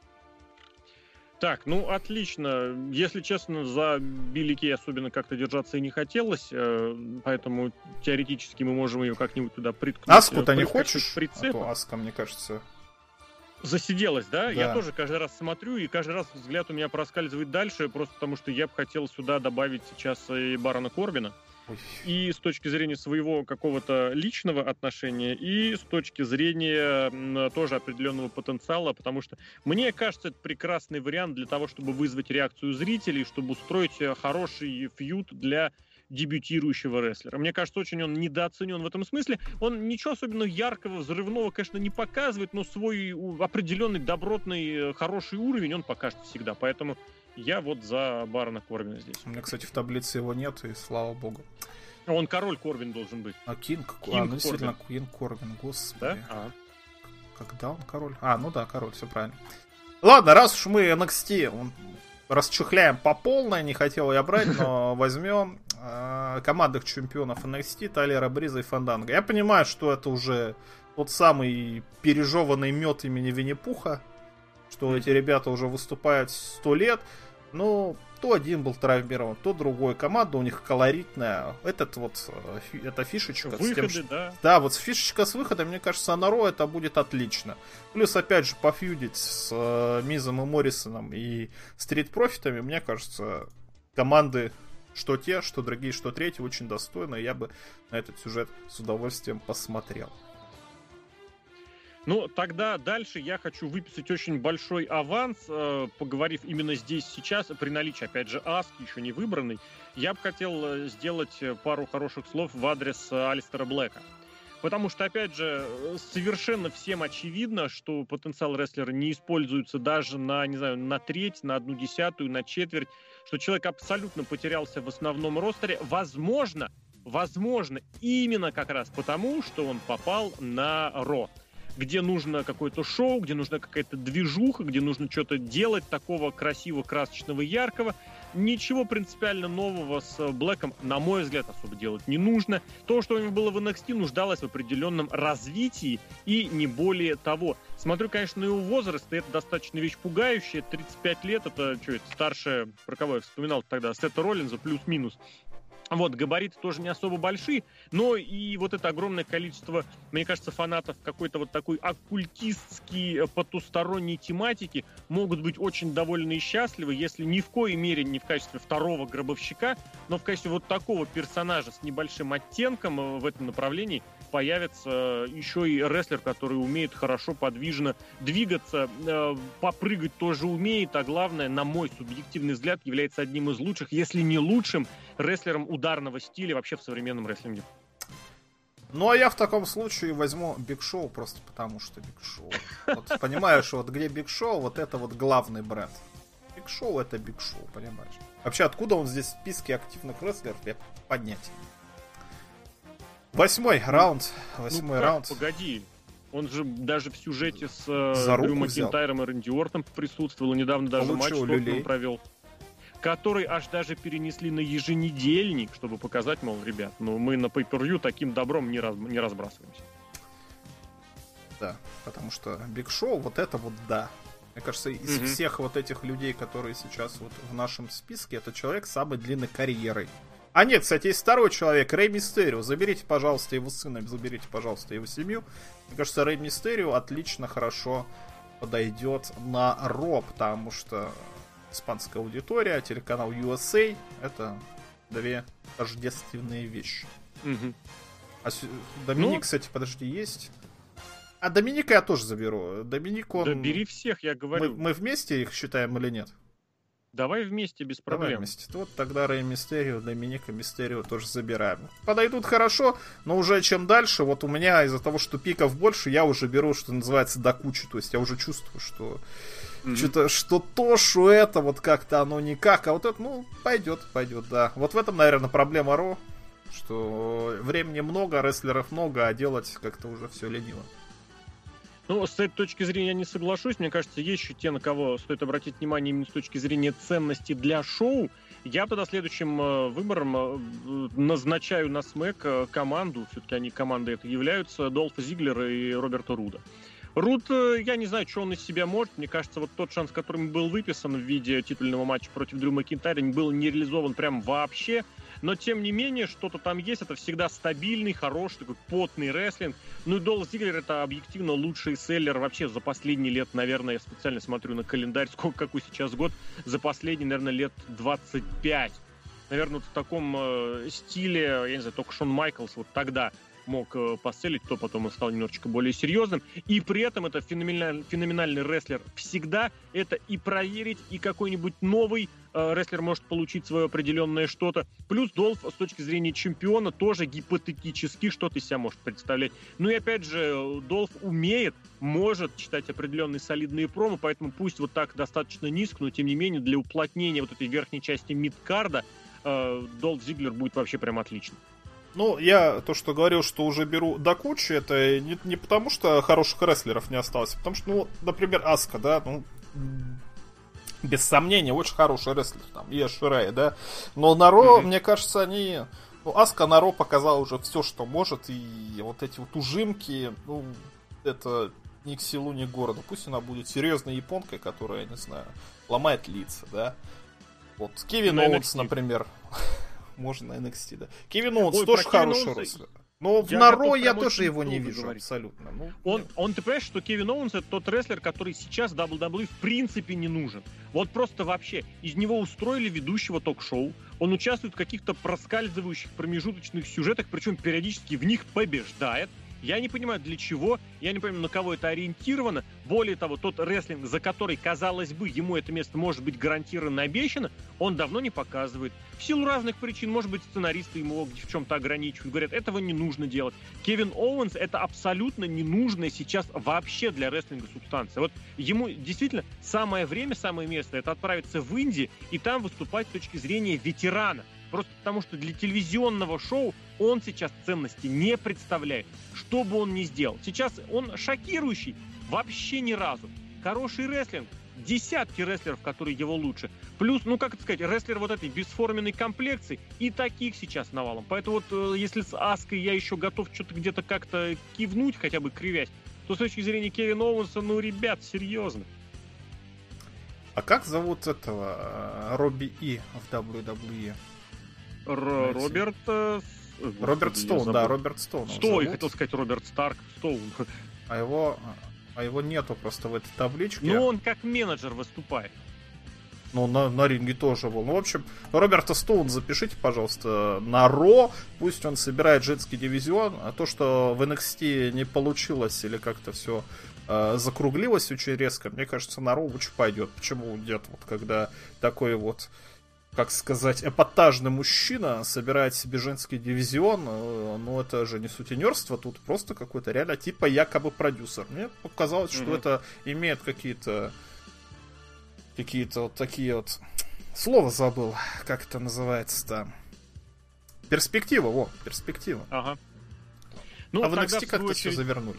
Speaker 1: Так, ну отлично. Если честно, за Билли Кей особенно как-то держаться и не хотелось, поэтому теоретически мы можем ее как-нибудь туда приткнуть.
Speaker 2: Аску-то не хочешь?
Speaker 1: А
Speaker 2: то Аска, мне кажется...
Speaker 1: Засиделась, да?
Speaker 2: да?
Speaker 1: Я тоже каждый раз смотрю, и каждый раз взгляд у меня проскальзывает дальше, просто потому что я бы хотел сюда добавить сейчас и Барона Корбина. Ой. И с точки зрения своего какого-то личного отношения, и с точки зрения тоже определенного потенциала, потому что мне кажется, это прекрасный вариант для того, чтобы вызвать реакцию зрителей, чтобы устроить хороший фьюд для дебютирующего рестлера. Мне кажется, очень он недооценен в этом смысле. Он ничего особенно яркого, взрывного, конечно, не показывает, но свой определенный добротный, хороший уровень он покажет всегда. Поэтому я вот за Барона Корбина здесь.
Speaker 2: У меня, кстати, в таблице его нет, и слава богу.
Speaker 1: Он король Корбин должен быть.
Speaker 2: А Кинг?
Speaker 1: Кинг
Speaker 2: а, ну действительно, Куин Корбин, господи.
Speaker 1: Да? А.
Speaker 2: Когда он король? А, ну да, король, все правильно. Ладно, раз уж мы эн экс ти он, расчехляем по полной, не хотел я брать, но возьмем э, командных чемпионов эн экс ти, Тайлера Бриза и Фанданга. Я понимаю, что это уже тот самый пережеванный мед имени Винни-Пуха, что эти ребята уже выступают сто лет, но то один был травмирован, то другой. Команда у них колоритная. Этот вот, эта фишечка.
Speaker 1: Выходы,
Speaker 2: с тем,
Speaker 1: да.
Speaker 2: Да, вот фишечка с выходом, мне кажется, на Ро это будет отлично. Плюс, опять же, пофьюдить с э, Мизом и Моррисоном и Стрит Профитами, мне кажется, команды, что те, что другие, что третьи, очень достойны. Я бы на этот сюжет с удовольствием посмотрел.
Speaker 1: Ну, тогда дальше я хочу выписать очень большой аванс, э, поговорив именно здесь сейчас, при наличии, опять же, Аски, еще не выбранный, я бы хотел сделать пару хороших слов в адрес Алистера Блэка. Потому что, опять же, совершенно всем очевидно, что потенциал рестлера не используется даже на, не знаю, на треть, на одну десятую, на четверть, что человек абсолютно потерялся в основном ростере. Возможно, возможно, именно как раз потому, что он попал на Ро, где нужно какое-то шоу, где нужна какая-то движуха, где нужно что-то делать такого красивого, красочного, яркого. Ничего принципиально нового с Блэком, на мой взгляд, особо делать не нужно. То, что у него было в эн экс ти, нуждалось в определенном развитии и не более того. Смотрю, конечно, на его возраст, и это достаточно вещь пугающая. тридцать пять лет, это что это, старшая, про кого я вспоминал тогда, Сета Роллинза, плюс-минус. Вот, габариты тоже не особо большие, но и вот это огромное количество, мне кажется, фанатов какой-то вот такой оккультистской потусторонней тематики могут быть очень довольны и счастливы, если ни в коей мере не в качестве второго гробовщика, но в качестве вот такого персонажа с небольшим оттенком в этом направлении появится еще и рестлер, который умеет хорошо, подвижно двигаться, попрыгать тоже умеет, а главное, на мой субъективный взгляд, является одним из лучших, если не лучшим рестлером ударного стиля вообще в современном рестлинге.
Speaker 2: Ну, а я в таком случае возьму Биг Шоу просто потому, что Биг Шоу. Вот, понимаешь, вот где Биг Шоу, вот это вот главный бренд. Биг Шоу — это Биг Шоу, понимаешь? Вообще, откуда он здесь в списке активных рестлеров, я понятия не имею. Восьмой раунд. Восьмой
Speaker 1: ну,
Speaker 2: раунд.
Speaker 1: Погоди. Он же даже в сюжете с э, Дрю Макинтайром и Рэнди Ортоном присутствовал. И недавно даже Получил матч Тоттенхэм провел. Который аж даже перенесли на еженедельник, чтобы показать, мол, ребят, ну мы на pay-per-view таким добром не, раз, не разбрасываемся.
Speaker 2: Да, потому что Биг Шоу, вот это вот да. Мне кажется, из mm-hmm. всех вот этих людей, которые сейчас вот в нашем списке, это человек с самой длинной карьерой. А нет, кстати, есть второй человек, Рэй Мистерио. Заберите, пожалуйста, его сына, заберите, пожалуйста, его семью. Мне кажется, Рэй Мистерио отлично, хорошо подойдет на Ро, потому что испанская аудитория, телеканал ю эс эй — это две тождественные вещи.
Speaker 1: Угу.
Speaker 2: А Доминик, ну, кстати, подожди, есть? А Доминика я тоже заберу. Доминик, он...
Speaker 1: Да бери всех, я говорю.
Speaker 2: Мы, мы вместе их считаем или нет?
Speaker 1: Давай вместе, без проблем.
Speaker 2: Давай вместе. Вот тогда Рэй Мистерио, Доминика Мистерио тоже забираем. Подойдут хорошо, но уже чем дальше, вот у меня из-за того, что пиков больше, я уже беру, что называется, до кучи. То есть я уже чувствую, что mm-hmm. что-то, что то, что это, вот как-то оно никак, а вот это, ну, пойдет, пойдет, да. Вот в этом, наверное, проблема Ро, что времени много, рестлеров много, а делать как-то уже все лениво.
Speaker 1: Ну, с этой точки зрения я не соглашусь. Мне кажется, есть еще те, на кого стоит обратить внимание именно с точки зрения ценности для шоу. Я тогда следующим э, выбором э, назначаю на смэк э, команду, все-таки они командой это являются, Долфа Зиглера и Роберта Руда. Руд, э, я не знаю, что он из себя может. Мне кажется, вот тот шанс, который был выписан в виде титульного матча против Дрю Макинтайра, не был не реализован прям вообще. Но, тем не менее, что-то там есть. Это всегда стабильный, хороший, такой потный рестлинг. Ну и Долф Зиглер — это объективно лучший селлер вообще за последние лет, наверное, я специально смотрю на календарь, сколько, какой сейчас год, за последние, наверное, лет двадцать пять. Наверное, вот в таком э, стиле, я не знаю, только Шон Майклс вот тогда мог э, поселить, то потом он стал немножечко более серьезным. И при этом это феноменальный, феноменальный рестлер всегда. Это и проверить, и какой-нибудь новый э, рестлер может получить свое определенное что-то. Плюс Долф с точки зрения чемпиона тоже гипотетически что-то из себя может представлять. Ну и опять же, Долф умеет, может читать определенные солидные промо, поэтому пусть вот так достаточно низко, но тем не менее для уплотнения вот этой верхней части мидкарда э, Долф Зиглер будет вообще прям отлично.
Speaker 2: Ну, я то, что говорил, что уже беру до кучи, это не, не потому, что хороших рестлеров не осталось, а потому что, ну, например, Аска, да, ну, без сомнения, очень хороший рестлер, там, и Ширай, да, но на Ро, mm-hmm. мне кажется, они, ну, Аска на Ро показала уже все, что может, и вот эти вот ужимки, ну, это ни к селу, ни к городу, пусть она будет серьезной японкой, которая, я не знаю, ломает лица, да, вот, Кевин Оуэнс, например... Можно на эн экс ти, да. Кевин Оуэнс Ой, тоже хороший рестлер. Но в Наро я тоже его не вижу говорить. Абсолютно. Ну,
Speaker 1: он, он, ты понимаешь, что Кевин Оуэнс — это тот рестлер, который сейчас в дабл ю дабл ю и в принципе не нужен. Вот просто вообще. Из него устроили ведущего ток-шоу. Он участвует в каких-то проскальзывающих промежуточных сюжетах, причем периодически в них побеждает. Я не понимаю, для чего Я не понимаю, на кого это ориентировано. Более того, тот рестлинг, за который, казалось бы, ему это место может быть гарантированно обещано, он давно не показывает. В силу разных причин, может быть, сценаристы ему в чем-то ограничивают. Говорят, этого не нужно делать. Кевин Оуэнс — это абсолютно ненужная сейчас вообще для рестлинга субстанция. Вот ему действительно самое время, самое место — это отправиться в Индию и там выступать с точки зрения ветерана. Просто потому, что для телевизионного шоу он сейчас ценности не представляет. Что бы он ни сделал. Сейчас он шокирующий вообще ни разу. Хороший рестлинг. Десятки рестлеров, которые его лучше. Плюс, ну как это сказать, рестлер вот этой бесформенной комплекции. И таких сейчас навалом. Поэтому вот если с Аской я еще готов что-то где-то как-то кивнуть, хотя бы кривясь, то с точки зрения Кевина Оуэнса, ну, ребят, серьезно.
Speaker 2: А как зовут этого Робби И в дабл ю дабл ю И?
Speaker 1: Р- Роберт... Э,
Speaker 2: Роберт Стоун, да, Роберт Стоун.
Speaker 1: Что, я хотел сказать Роберт Старк, Стоун.
Speaker 2: А его, а его нету просто в этой табличке.
Speaker 1: Ну, он как менеджер выступает.
Speaker 2: Ну, на, на ринге тоже был. Ну, в общем, Роберта Стоун запишите, пожалуйста, на Ро. Пусть он собирает женский дивизион. А то, что в эн экс ти не получилось или как-то все э, закруглилось очень резко, мне кажется, на Ро лучше пойдет. Почему нет? Вот когда такой вот, как сказать, эпатажный мужчина собирает себе женский дивизион, ну это же не сутенерство, тут просто какой-то реально типа якобы продюсер. Мне показалось, что mm-hmm. это имеет какие-то какие-то вот такие вот... Слово забыл, как это называется-то. Перспектива, во, перспектива.
Speaker 1: Ага. Ну,
Speaker 2: а в эн экс ти
Speaker 1: в
Speaker 2: как-то
Speaker 1: очередь...
Speaker 2: все завернули.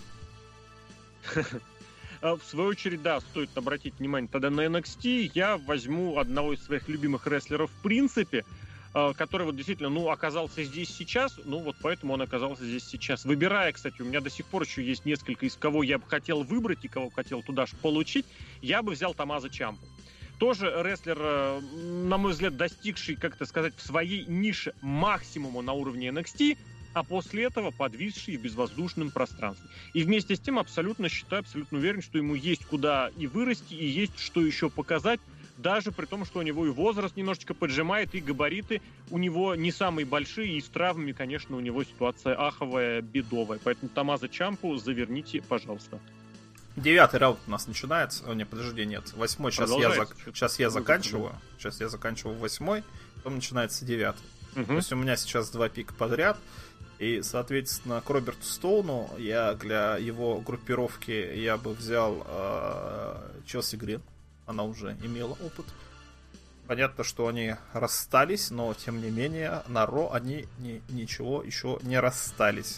Speaker 1: В свою очередь, да, стоит обратить внимание тогда на эн экс ти. Я возьму одного из своих любимых рестлеров в принципе, который вот действительно, ну, оказался здесь сейчас, ну, вот поэтому он оказался здесь сейчас. Выбирая, кстати, у меня до сих пор еще есть несколько, из кого я бы хотел выбрать и кого хотел туда же получить, я бы взял Томмазо Чампу. Тоже рестлер, на мой взгляд, достигший, как это сказать, в своей нише максимума на уровне эн экс ти, а после этого подвисший в безвоздушном пространстве. И вместе с тем абсолютно считаю, абсолютно уверен, что ему есть куда и вырасти, и есть что еще показать, даже при том, что у него и возраст немножечко поджимает, и габариты у него не самые большие, и с травмами, конечно, у него ситуация аховая, бедовая. Поэтому Томмазо Чампу заверните, пожалуйста.
Speaker 2: Девятый раунд у нас начинается. О, не, подожди, нет. Восьмой, сейчас я, зак... сейчас я заканчиваю. Сейчас я заканчиваю восьмой, потом начинается девятый. Угу. То есть у меня сейчас два пика подряд. И, соответственно, к Роберту Стоуну я для его группировки я бы взял э, Челси Грин. Она уже имела опыт. Понятно, что они расстались, но, тем не менее, на Ро они ни, ничего еще не расстались.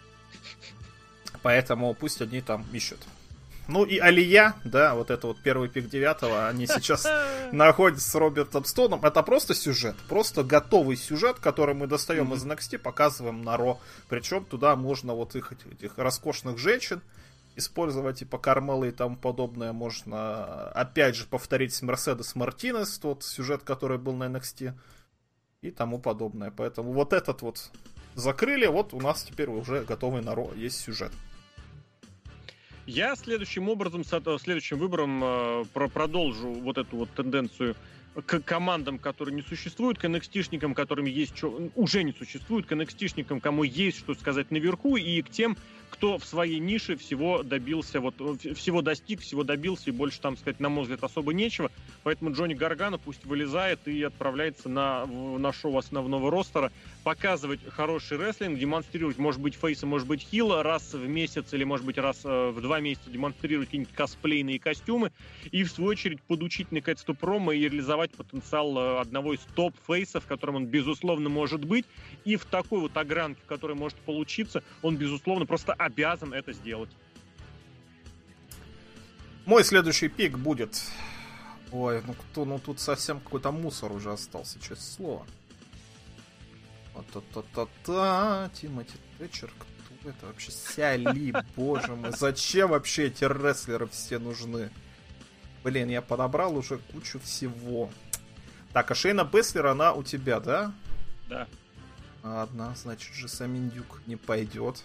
Speaker 2: Поэтому пусть они там ищут. Ну и Алия, да, вот это вот первый пик девятого, они сейчас находятся с Робертом Стоуном. Это просто сюжет, просто готовый сюжет, который мы достаем mm-hmm. из эн экс ти, показываем на Ро. Причем туда можно вот их, этих роскошных женщин использовать, типа Кармелы и тому подобное. Можно опять же повторить Мерседес Мартинес, тот сюжет, который был на эн экс ти и тому подобное. Поэтому вот этот вот закрыли, вот у нас теперь уже готовый на Ро есть сюжет.
Speaker 1: Я следующим образом, следующим выбором э, продолжу вот эту вот тенденцию к командам, которые не существуют, к эн экс ти-шникам, которым есть что, уже не существует, к эн экс ти-шникам, кому есть что сказать наверху, и к тем, кто в своей нише всего добился, вот всего достиг, всего добился, и больше там сказать, на мой взгляд, особо нечего. Поэтому Джонни Гаргано пусть вылезает и отправляется на, на шоу основного ростера, показывать хороший рестлинг, демонстрировать, может быть, фейса, может быть, хила раз в месяц или, может быть, раз в два месяца демонстрировать какие-нибудь косплейные костюмы и, в свою очередь, подучить, наконец-то, промо и реализовать потенциал одного из топ-фейсов, которым он, безусловно, может быть. И в такой вот огранке, которая может получиться, он, безусловно, просто обязан это сделать.
Speaker 2: Мой следующий пик будет... Ой, ну кто, ну тут совсем какой-то мусор уже остался, честное слово. Та-та-та-та, Тимоти Тэтчер, кто это вообще? Сяли, боже мой, зачем вообще эти рестлеры все нужны? Блин, я подобрал уже кучу всего. Так, а Шейна Бэслер, она у тебя, да?
Speaker 1: Да.
Speaker 2: Ладно, значит же Саминдюк не пойдет.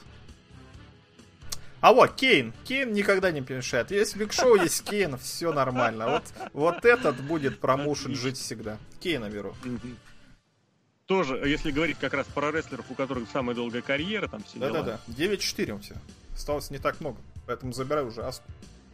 Speaker 2: А вот, Кейн. Кейн никогда не мешает. Есть Биг Шоу, есть Кейн, все нормально. Вот, вот этот будет промоушен жить всегда. Кейна беру.
Speaker 1: Тоже, если говорить как раз про рестлеров, у которых самая долгая карьера, там все дела.
Speaker 2: Да-да-да, девять четыре у тебя. Осталось не так много. Поэтому забирай уже Аску.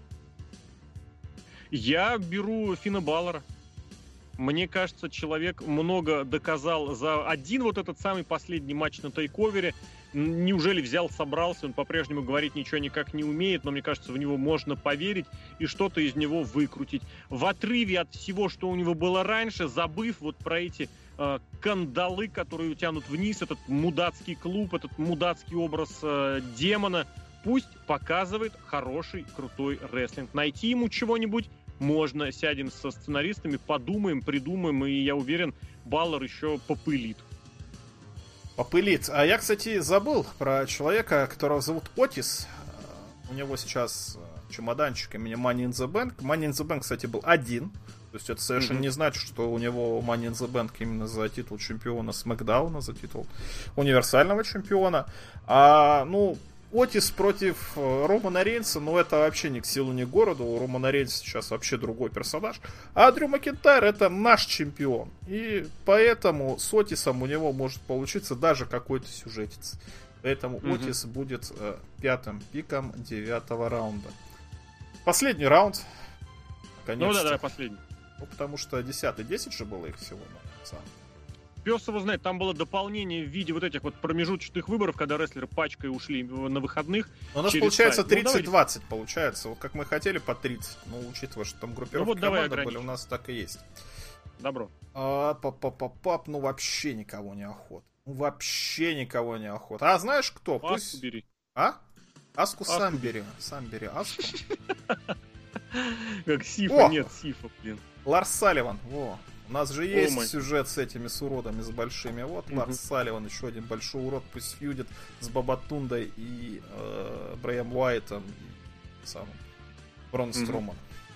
Speaker 1: Я беру Финна Баллера. Мне кажется, человек много доказал за один вот этот самый последний матч на тейковере. Неужели взял, собрался, он по-прежнему говорить ничего никак не умеет, но мне кажется, в него можно поверить и что-то из него выкрутить. В отрыве от всего, что у него было раньше, забыв вот про эти э, кандалы, которые тянут вниз, этот мудацкий клуб, этот мудацкий образ э, демона, пусть показывает хороший, крутой рестлинг. Найти ему чего-нибудь можно, сядем со сценаристами, подумаем, придумаем, и я уверен, Баллер еще попылит.
Speaker 2: Попылит. А я, кстати, забыл про человека, которого зовут Отис. У него сейчас чемоданчик имени Money in the Bank. Money in the Bank, кстати, был один. То есть это совершенно mm-hmm. не значит, что у него Money in the Bank именно за титул чемпиона Смэкдауна, за титул универсального чемпиона. А, ну, Отис против Романа Рейнса, ну это вообще ни к силу, ни к городу. У Романа Рейнса сейчас вообще другой персонаж. А Дрю Макинтайр это наш чемпион. И поэтому с Отисом у него может получиться даже какой-то сюжетец. Поэтому mm-hmm. Отис будет э, пятым пиком девятого раунда. Последний раунд. Конечно.
Speaker 1: Ну да, давай последний.
Speaker 2: Ну потому что десятый, десять же было их всего. Да,
Speaker 1: Пес его знает, там было дополнение в виде вот этих вот промежуточных выборов, когда рестлеры пачкой ушли на выходных.
Speaker 2: У нас получается тридцать-двадцать, ну, получается. Вот как мы хотели по тридцать. Ну, учитывая, что там группировки ну, вот команды были, у нас так и есть.
Speaker 1: Добро.
Speaker 2: А, пап-пап-пап, ну вообще никого не охот. Ну вообще никого не охот. А знаешь кто?
Speaker 1: Аску Пусть... бери.
Speaker 2: А? Аску, Аску сам бери. Сам бери Аску.
Speaker 1: Как Сифа, нет Сифа, блин.
Speaker 2: Ларс Салливан, во. У нас же есть oh сюжет с этими с уродами, с большими. Вот mm-hmm. Ларс Салливан, еще один большой урод, пусть фьюдит с Бабатундой и э, Брэем Уайтом и самым Брон mm-hmm. Строманом.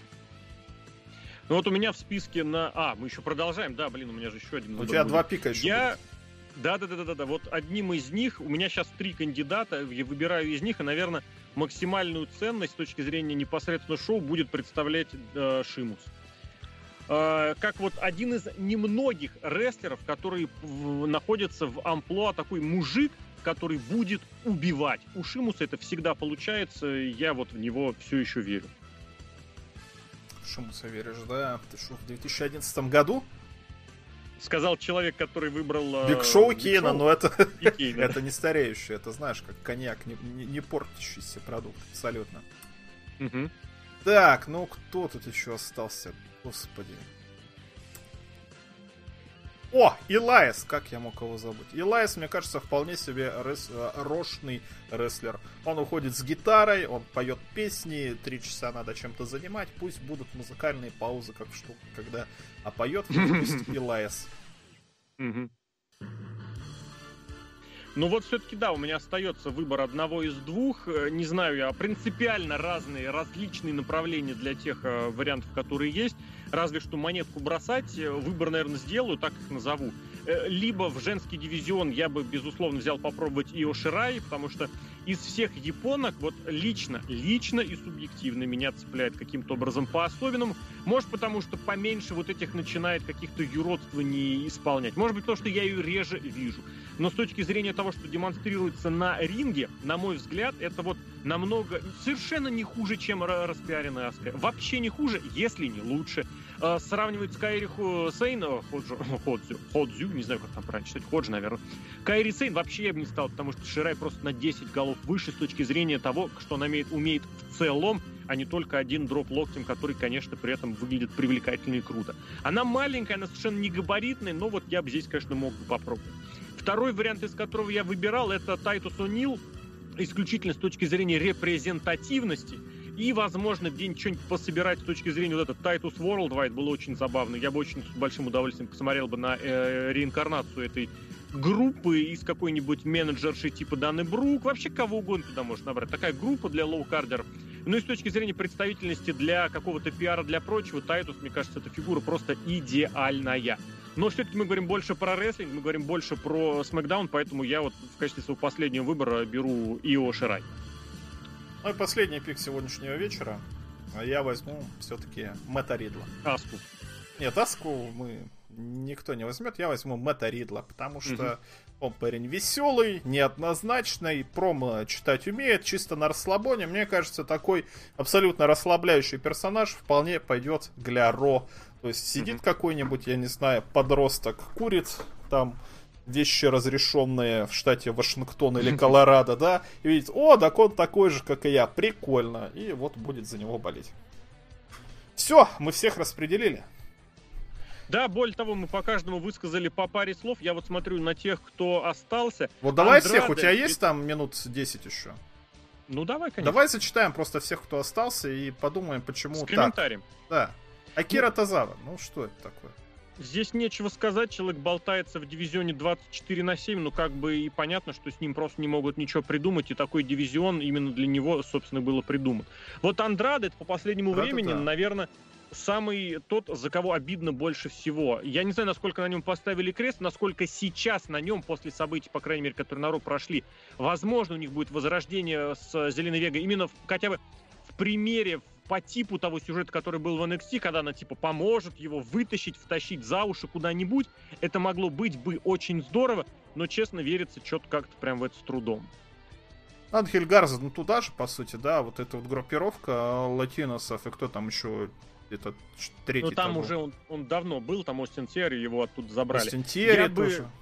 Speaker 1: Ну вот у меня в списке на... А, мы еще продолжаем, да, блин, у меня же еще один.
Speaker 2: У тебя будет. Два пика еще
Speaker 1: Я... Да, да, да, да, да, да. Вот одним из них, у меня сейчас три кандидата, я выбираю из них, и, наверное, максимальную ценность с точки зрения непосредственно шоу будет представлять э, Шимус. Как вот один из немногих рестлеров, которые в, находятся в амплуа такой мужик, который будет убивать. У Шимуса это всегда получается, я вот в него все еще верю.
Speaker 2: Шимуса веришь, да? Ты что, в две тысячи одиннадцатом году?
Speaker 1: Сказал человек, который выбрал...
Speaker 2: Биг Шоу Кейна, но это, это не стареющий, это знаешь, как коньяк, не, не, не портящийся продукт, абсолютно.
Speaker 1: Угу.
Speaker 2: Так, ну кто тут еще остался? Господи. О, Илайс, как я мог его забыть? Илайс, мне кажется, вполне себе рес... рошный рестлер. Он уходит с гитарой, он поет песни, три часа надо чем-то занимать, пусть будут музыкальные паузы, как в штуке, когда а поет пусть Илайс.
Speaker 1: Ну вот все-таки да, у меня остается выбор одного из двух. Не знаю я, принципиально разные, различные направления для тех э, вариантов, которые есть. Разве что монетку бросать, выбор, наверное, сделаю, так их назову. Э, либо в женский дивизион я бы, безусловно, взял попробовать Ио Ширай, потому что из всех японок, вот лично, лично и субъективно меня цепляет каким-то образом по-особенному. Может, потому что поменьше вот этих начинает каких-то юродствований исполнять. Может быть, то, что я ее реже вижу. Но с точки зрения того, что демонстрируется на ринге, на мой взгляд, это вот намного, совершенно не хуже, чем распиаренная Аска. Вообще не хуже, если не лучше. Э, сравнивать с Кайри Сейн, Ходжу, Ходзю, Ходзю, не знаю, как там правильно читать, Ходжи, наверное. Кайри Сейн вообще я бы не стал, потому что Ширай просто на десять голов выше с точки зрения того, что она умеет, умеет в целом, а не только один дроп локтем, который, конечно, при этом выглядит привлекательно и круто. Она маленькая, она совершенно не габаритная, но вот я бы здесь, конечно, мог бы попробовать. Второй вариант, из которого я выбирал, это Тайтус О'Нил, исключительно с точки зрения репрезентативности. И, возможно, где-нибудь что-нибудь пособирать с точки зрения вот этот Titus Worldwide было очень забавно. Я бы очень с большим удовольствием посмотрел бы на э, реинкарнацию этой группы из какой-нибудь менеджерши типа Даны Брук. Вообще кого угодно туда можно набрать. Такая группа для лоу-кардеров. Ну и с точки зрения представительности для какого-то пиара, для прочего, Тайтус, мне кажется, эта фигура просто идеальная. Но все-таки мы говорим больше про рестлинг, мы говорим больше про SmackDown, поэтому я вот в качестве своего последнего выбора беру Ио Ширай.
Speaker 2: Ну и последний пик сегодняшнего вечера. Я возьму все-таки Мэтта Ридла.
Speaker 1: Аску.
Speaker 2: Нет, Аску мы никто не возьмет. Я возьму Мэтта Ридла, потому что mm-hmm. он парень веселый, неоднозначный, промо читать умеет, чисто на расслабоне. Мне кажется, такой абсолютно расслабляющий персонаж вполне пойдет для Ро. То есть сидит mm-hmm. какой-нибудь, я не знаю, подросток, курит там вещи, разрешенные в штате Вашингтон или Колорадо, да, и видит, о, так он такой же, как и я, прикольно, и вот будет за него болеть. Все, мы всех распределили.
Speaker 1: Да, более того, мы по каждому высказали по паре слов. Я вот смотрю на тех, кто остался.
Speaker 2: Вот давай
Speaker 1: Андраде...
Speaker 2: всех, у тебя есть там минут десять еще?
Speaker 1: Ну давай, конечно.
Speaker 2: Давай зачитаем просто всех, кто остался, и подумаем, почему так.
Speaker 1: С комментарием.
Speaker 2: Да. Акира ну... Тозава, ну что это такое?
Speaker 1: Здесь нечего сказать, человек болтается в дивизионе двадцать четыре на семь, ну как бы и понятно, что с ним просто не могут ничего придумать, и такой дивизион именно для него, собственно, было придуман. Вот Андраде, это по последнему Андрада, времени, да. наверное, самый тот, за кого обидно больше всего. Я не знаю, насколько на нем поставили крест, насколько сейчас на нем, после событий, по крайней мере, которые на Ро прошли, возможно, у них будет возрождение с Зеленой Вегой именно в, хотя бы в примере, по типу того сюжета, который был в эн экс ти, когда она типа поможет его вытащить, втащить за уши куда-нибудь. Это могло быть бы очень здорово, но, честно, верится что-то как-то прям в это с трудом.
Speaker 2: Анхель Гарза, ну туда же, по сути, да, вот эта вот группировка латиносов, и кто там еще, это третий.
Speaker 1: Ну там
Speaker 2: того.
Speaker 1: уже он, он давно был, там Остин Терри, его оттуда забрали.
Speaker 2: Остин Терри тоже.
Speaker 1: Бы...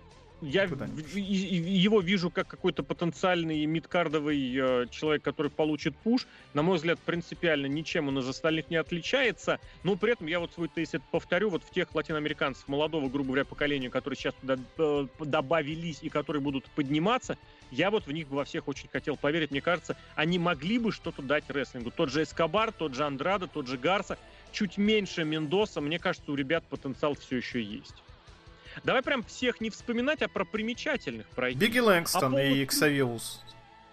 Speaker 1: Я в, его вижу как какой-то потенциальный мидкардовый э, человек, который получит пуш. На мой взгляд, принципиально ничем он из остальных не отличается. Но при этом я вот свой тезис повторю. Вот в тех латиноамериканцев молодого, грубо говоря, поколения, которые сейчас туда э, добавились и которые будут подниматься, я вот в них во всех очень хотел поверить. Мне кажется, они могли бы что-то дать рестлингу. Тот же Эскобар, тот же Андрада, тот же Гарса. Чуть меньше Мендоса. Мне кажется, у ребят потенциал все еще есть. Давай прям всех не вспоминать, а про примечательных пройти.
Speaker 2: Бигги Лэнгстон
Speaker 1: а
Speaker 2: и
Speaker 1: повод...
Speaker 2: Ксавиус.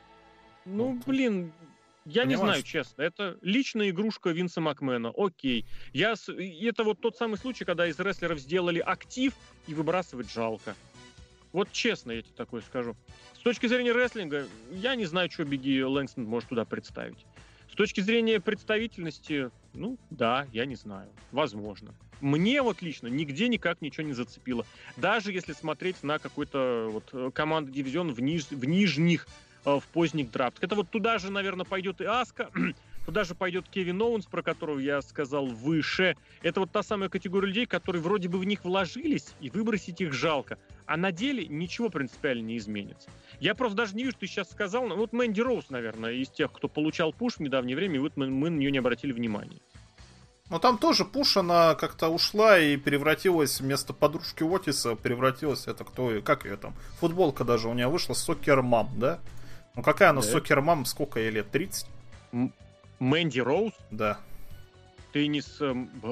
Speaker 1: Ну, вот. блин, я Понимаешь? не знаю, честно. Это личная игрушка Винса Макмена. Окей. Я... Это вот тот самый случай, когда из рестлеров сделали актив, и выбрасывать жалко. Вот честно я тебе такое скажу. С точки зрения рестлинга, я не знаю, что Бигги Лэнгстон может туда представить. С точки зрения представительности, ну, да, я не знаю. Возможно. Мне вот лично нигде никак ничего не зацепило. Даже если смотреть на какой-то вот команду дивизион в, ниж, в нижних, э, в поздних драфтах. Это вот туда же, наверное, пойдет и Аска, туда же пойдет Кевин Оуэнс, про которого я сказал выше. Это вот та самая категория людей, которые вроде бы в них вложились, и выбросить их жалко. А на деле ничего принципиально не изменится. Я просто даже не вижу, ты сейчас сказал, ну, вот Мэнди Роуз, наверное, из тех, кто получал пуш в недавнее время, и вот мы, мы на нее не обратили внимания.
Speaker 2: Но там тоже пуш, она как-то ушла и превратилась, вместо подружки Отиса, превратилась, это кто, как ее там, футболка даже у нее вышла, Сокер Мам, да? Ну какая она, да. Сокер Мам, сколько ей лет, тридцать?
Speaker 1: М- Мэнди Роуз?
Speaker 2: Да.
Speaker 1: Ты не с...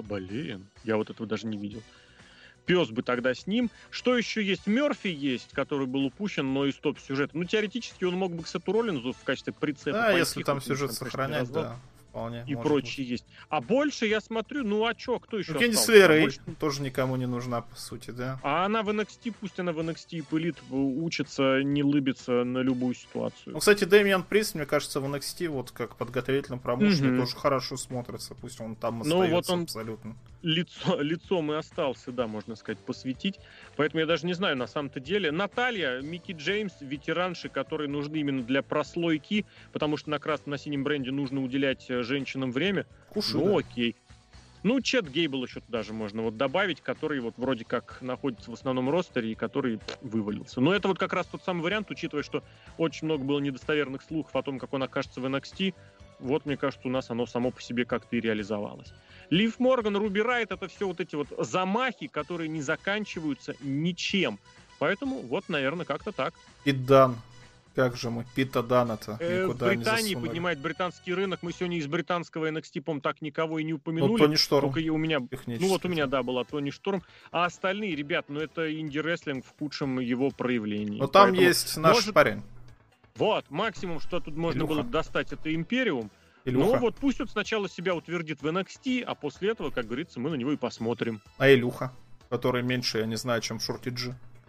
Speaker 1: Блин, я вот этого даже не видел. Пес бы тогда с ним. Что еще есть? Мерфи есть, который был упущен, но из топ-сюжета. Ну, теоретически он мог бы к Сету Роллинзу в качестве прицепа.
Speaker 2: Да, пойти, если там сюжет сохранять, да.
Speaker 1: Вполне, и прочие быть. Есть. А больше я смотрю, ну а чё, кто еще?
Speaker 2: Кэндис Лерей больше... тоже никому не нужна, по сути, да.
Speaker 1: А она в эн экс ти, пусть она в эн экс ти пылит, учится, не лыбится на любую ситуацию.
Speaker 2: Ну, кстати, Дэмиан Прист, мне кажется, в эн экс ти, вот как подготовительном промоушене, mm-hmm. тоже хорошо смотрится. Пусть он там остается, ну, вот он абсолютно.
Speaker 1: Лицо, лицом и остался, да, можно сказать, посвятить. Поэтому я даже не знаю, на самом-то деле. Наталья, Микки Джеймс, ветеранши, которые нужны именно для прослойки, потому что на красном, на синем бренде нужно уделять женщинам время.
Speaker 2: Кушай,
Speaker 1: ну,
Speaker 2: да.
Speaker 1: окей. Ну, Чет Гейбл еще даже можно вот добавить, который вот вроде как находится в основном ростере и который вывалился. Но это вот как раз тот самый вариант, учитывая, что очень много было недостоверных слухов о том, как он окажется в эн экс ти. Вот, мне кажется, у нас оно само по себе как-то и реализовалось. Лив Морган, Руби Райт — это все вот эти вот замахи, которые не заканчиваются ничем. Поэтому вот, наверное, как-то так.
Speaker 2: И Дан. Как же мы Пита Дана-то
Speaker 1: э,
Speaker 2: никуда
Speaker 1: в Британии
Speaker 2: не
Speaker 1: поднимает британский рынок. Мы сегодня из британского эн экс ти, по-моему, так никого и не упомянули.
Speaker 2: Ну, Тони Шторм.
Speaker 1: Только у меня, ну вот у меня, да, была Тони Шторм. А остальные, ребят, ну это инди-рестлинг в худшем его проявлении.
Speaker 2: Но там
Speaker 1: Поэтому,
Speaker 2: есть наш
Speaker 1: может...
Speaker 2: парень.
Speaker 1: Вот, максимум, что тут можно
Speaker 2: Илюха.
Speaker 1: было достать, это Империум.
Speaker 2: Илюха.
Speaker 1: Ну вот пусть он сначала себя утвердит в эн экс ти, а после этого, как говорится, мы на него и посмотрим.
Speaker 2: А Илюха, который меньше, я не знаю, чем Шорти Джи.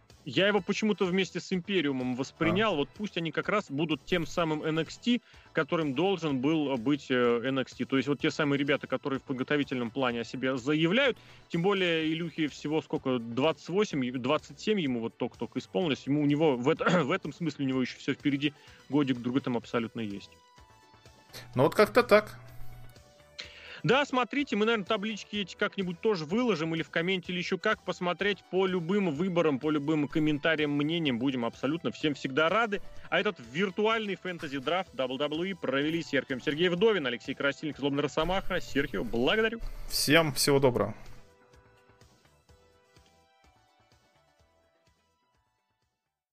Speaker 1: Я его почему-то вместе с Империумом воспринял. А. Вот пусть они как раз будут тем самым эн экс ти, которым должен был быть эн экс ти. То есть вот те самые ребята, которые в подготовительном плане о себе заявляют. Тем более Илюхе всего сколько, двадцать восемь, двадцать семь ему вот только-только исполнилось. Ему у него в, это, в этом смысле у него еще все впереди. Годик-другой там абсолютно есть.
Speaker 2: Ну вот как-то так.
Speaker 1: Да, смотрите, мы, наверное, таблички эти как-нибудь тоже выложим или в комменте, или еще как, посмотреть по любым выборам, по любым комментариям, мнениям. Будем абсолютно всем всегда рады. А этот виртуальный фэнтези-драфт дабл ю дабл ю и провели Серхио Сергей Вдовин, Алексей Красильник, Злобный Росомаха. Серхио, благодарю.
Speaker 2: Всем всего доброго.